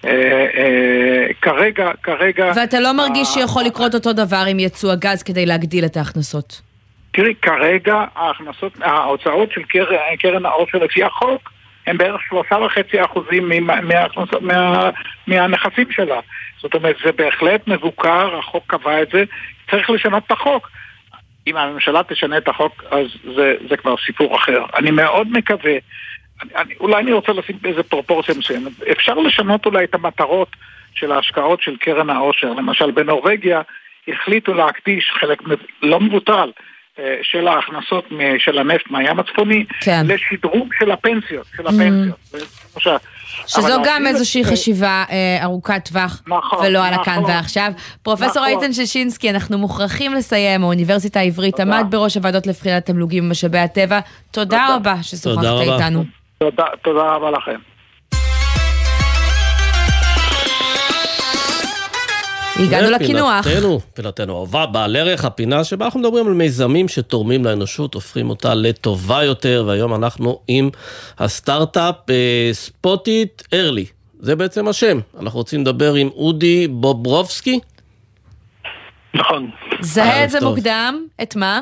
כרגע, כרגע... ואתה לא מרגיש שיכול לקרות אותו דבר עם ייצוא הגז כדי להגדיל את ההכנסות? תראי, כרגע ההכנסות, ההוצאות של קרן, קרן העושר לפי החוק, הם בערך שלושה וחצי אחוזים מההכנסות, מה, מהנכסים שלה. זאת אומרת, זה בהחלט מבוקר, החוק קבע את זה, צריך לשנות את החוק. אם הממשלה תשנה את החוק, אז זה, זה כבר סיפור אחר. אני מאוד מקווה, אני, אני, אולי אני רוצה לשים איזה פרופורציה מסוימת, אפשר לשנות אולי את המטרות של ההשקעות של קרן העושר. למשל בנורווגיה החליטו להקדיש חלק לא מבוטל של ההכנסות של הנפט מהים הצפוני, כן. לשדרוג של הפנסיות, של הפנסיות. Mm. שזו גם איזושהי חשיבה אה, ארוכת טווח, נכון, ולא על הכאן נכון. ועכשיו. פרופסור נכון. איתן ששינסקי, אנחנו מוכרחים לסיים, האוניברסיטה העברית תודה. עמד בראש הוועדות לבחינת תמלוגים ומשאבי הטבע. תודה, תודה. רבה ששוחחת איתנו. תודה, תודה רבה לכם. הגענו לקינוח. פינתנו, פינתנו אהובה, בעל ערך, הפינה שבה אנחנו מדברים על מיזמים שתורמים לאנושות, הופכים אותה לטובה יותר, והיום אנחנו עם הסטארט-אפ ספוטיט ארלי. זה בעצם השם. אנחנו רוצים לדבר עם אודי בוברובסקי. נכון. זהה את זה מוקדם, את מה?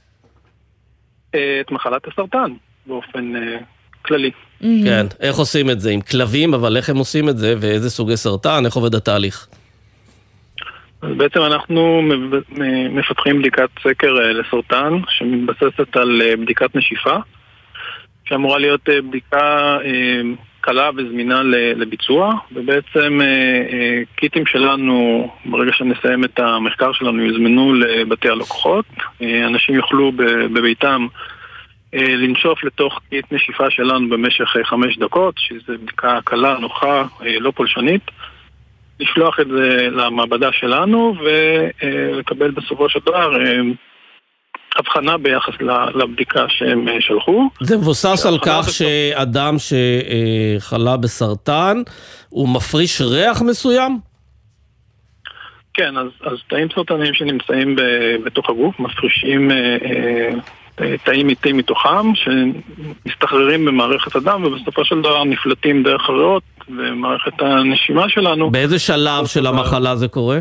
את מחלת הסרטן, באופן כללי. כן, איך עושים את זה? עם כלבים, אבל איך הם עושים את זה, ואיזה סוגי סרטן, איך עובד התהליך? אז בעצם אנחנו מפתחים בדיקת סקר לסרטן שמתבססת על בדיקת נשיפה, שאמורה להיות בדיקה קלה וזמינה לביצוע, ובעצם קיטים שלנו, ברגע שנסיים את המחקר שלנו, יוזמנו לבתי הלקוחות. אנשים יוכלו בביתם לנשוף לתוך קיט נשיפה שלנו במשך חמש דקות, שזו בדיקה קלה, נוחה, לא פולשנית. לשלוח את זה למעבדה שלנו ולקבל בסופו של דבר הבחנה ביחס לבדיקה שהם שלחו. זה מבוסס על כך שאדם שחלה בסרטן הוא מפריש ריח מסוים? כן, אז, אז תאים סרטניים שנמצאים בתוך הגוף מפרישים תאים איטים מתוכם שמסתחררים במערכת הדם ובסופו של דבר נפלטים דרך הריאות במערכת הנשימה שלנו. באיזה שלב של המחלה זה קורה?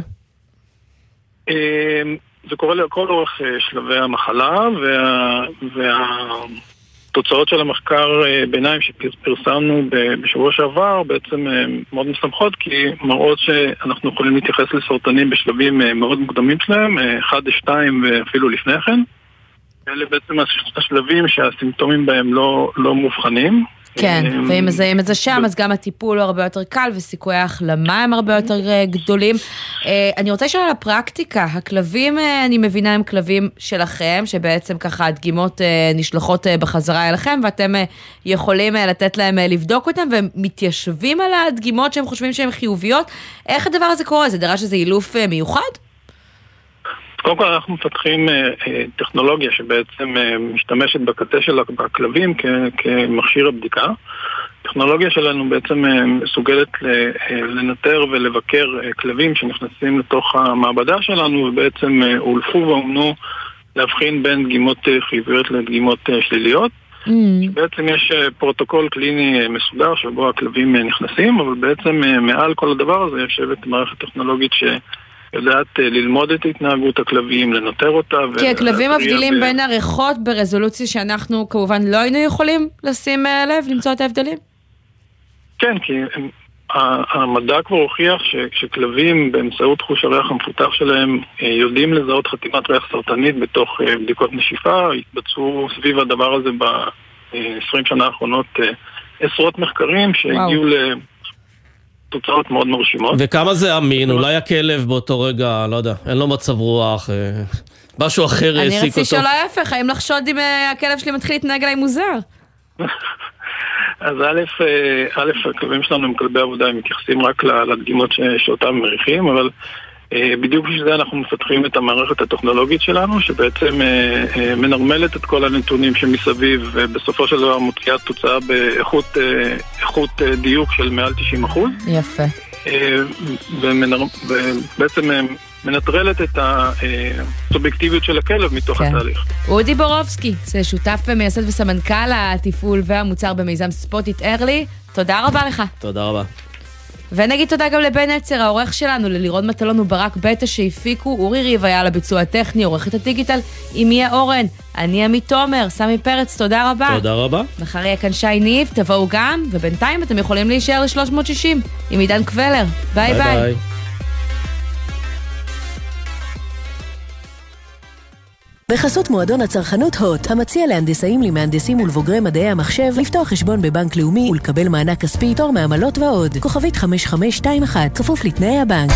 זה קורה לכל אורך שלבי המחלה, וה, והתוצאות של המחקר ביניים שפרסמנו בשבוע שעבר בעצם מאוד משמחות, כי מראות שאנחנו יכולים להתייחס לסרטנים בשלבים מאוד מוקדמים שלהם, אחד ושתיים ואפילו לפני כן. אלה בעצם השלבים שהסימפטומים בהם לא, לא מובחנים. כן, ואם מזהים את זה שם, אז גם הטיפול הוא הרבה יותר קל, וסיכויי ההחלמה הם הרבה יותר גדולים. אני רוצה לשאול על הפרקטיקה. הכלבים, אני מבינה, הם כלבים שלכם, שבעצם ככה הדגימות נשלחות בחזרה אליכם, ואתם יכולים לתת להם לבדוק אותם, והם מתיישבים על הדגימות שהם חושבים שהן חיוביות. איך הדבר הזה קורה? זה דרש שזה אילוף מיוחד? קודם כל אנחנו מפתחים טכנולוגיה שבעצם משתמשת בקצה של הכלבים כמכשיר הבדיקה. הטכנולוגיה שלנו בעצם מסוגלת לנטר ולבקר כלבים שנכנסים לתוך המעבדה שלנו, ובעצם הולפו ואומנו להבחין בין דגימות חיוביות לדגימות שליליות. Mm. בעצם יש פרוטוקול קליני מסודר שבו הכלבים נכנסים, אבל בעצם מעל כל הדבר הזה יושבת מערכת טכנולוגית ש... יודעת ללמוד את התנהגות הכלבים, לנטר אותה. כי הכלבים מבדילים בין הריחות ברזולוציה שאנחנו כמובן לא היינו יכולים לשים לב, למצוא את ההבדלים? כן, כי המדע כבר הוכיח שכלבים באמצעות חוש הריח המפותח שלהם יודעים לזהות חתימת ריח סרטנית בתוך בדיקות נשיפה. התבצעו סביב הדבר הזה ב-עשרים שנה האחרונות עשרות מחקרים שהגיעו ל... תוצאות מאוד מרשימות. וכמה זה אמין? אולי הכלב באותו רגע, לא יודע, אין לו מצב רוח, משהו אחר העסיק אותו. אני רציתי שלא ההפך, האם לחשוד אם הכלב שלי מתחיל להתנהג עליי מוזר? אז א', א', הכלבים שלנו הם כלבי עבודה, הם מתייחסים רק לדגימות שאותם מריחים, אבל בדיוק בשביל זה אנחנו מפתחים את המערכת הטכנולוגית שלנו, שבעצם מנרמלת את כל הנתונים שמסביב, ובסופו של דבר מוציאה תוצאה באיכות דיוק של מעל תשעים אחוז. יפה. ובעצם מנטרלת את הסובייקטיביות של הכלב מתוך התהליך. אודי בורובסקי, זה שותף ומייסד וסמנכ"ל התפעול והמוצר במיזם ספוטיט ארלי. תודה רבה לך. תודה רבה. ונגיד תודה גם לבן עצר, העורך שלנו, ללירון מטלון וברק בטה שהפיקו, אורי ריב היה על הביצוע הטכני, עורכת הדיגיטל, אימיה אורן, אני עמית תומר, סמי פרץ, תודה רבה. תודה רבה. מחר יהיה כאן שי ניב, תבואו גם, ובינתיים אתם יכולים להישאר ל-שלוש מאות שישים, עם עידן קבלר. ביי ביי. ביי. בחסות מועדון הצרכנות הוט, המציע להנדסאים, למהנדסים ולבוגרי מדעי המחשב לפתוח חשבון בבנק לאומי ולקבל מענק כספי, תור מעמלות ועוד. כוכבית חמש חמש שתיים אחת, כפוף לתנאי הבנק.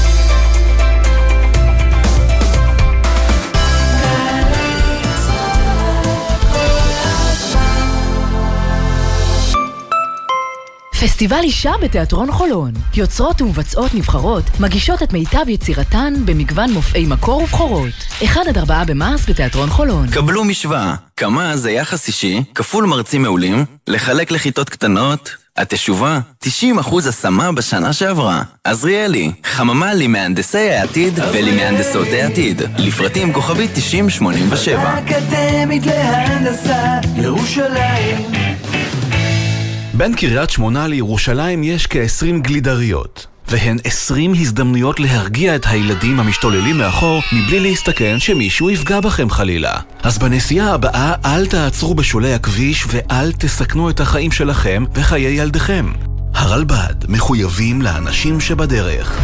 פסטיבל אישה בתיאטרון חולון. יוצרות ומבצעות נבחרות מגישות את מיטב יצירתן במגוון מופעי מקור ובחורות. אחד עד ארבעה במרס בתיאטרון חולון. קבלו משוואה. כמה זה יחס אישי, כפול מרצים מעולים, לחלק לכיתות קטנות. התשובה, תשעים אחוז השמה בשנה שעברה. עזריאלי, חממה למהנדסי העתיד ולמהנדסות העתיד. לפרטים כוכבית תשעים שמונים ושבע. אקדמית להנדסה, ירושלים. בין קריית שמונה לירושלים יש כ-עשרים גלידריות, והן עשרים הזדמנויות להרגיע את הילדים המשתוללים מאחור מבלי להסתכן שמישהו יפגע בכם חלילה. אז בנסיעה הבאה אל תעצרו בשולי הכביש ואל תסכנו את החיים שלכם וחיי ילדיכם. הרלב"ד מחויבים לאנשים שבדרך.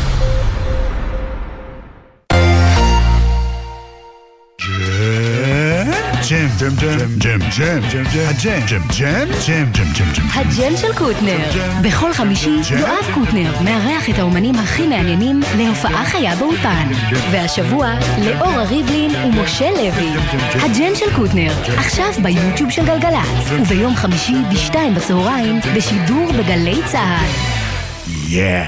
ג'ם, ג'ם, ג'ם, ג'ם, ג'ם, ג'ם, הג'ם, ג'ם, ג'ם, ג'ם, ג'ם, ג'ם, ג'ם. הג'ם של קוטנר. בכל חמישי יואב קוטנר מארח את האומנים הכי מעניינים להופעה חיה באולפן. והשבוע לאורה ריבלין ומשה לוי. הג'ם של קוטנר, עכשיו ביוטיוב של גלגלצ, וביום חמישי בשתיים בצהריים בשידור בגלי צהל. יא!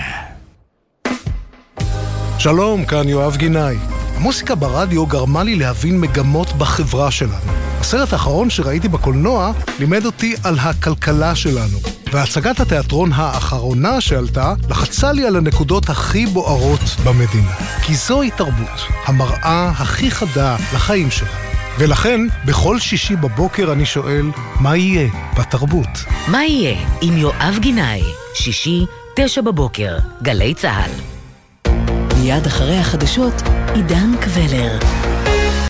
שלום, כאן יואב גינאי. המוסיקה ברדיו גרמה לי להבין מגמות בחברה שלנו. הסרט האחרון שראיתי בקולנוע לימד אותי על הכלכלה שלנו. והצגת התיאטרון האחרונה שעלתה לחצה לי על הנקודות הכי בוערות במדינה. כי זוהי תרבות, המראה הכי חדה לחיים שלנו. ולכן, בכל שישי בבוקר אני שואל, מה יהיה בתרבות? מה יהיה עם יואב גינאי? שישי, תשע בבוקר, גלי צהל. מיד אחרי החדשות, עידן קבלר.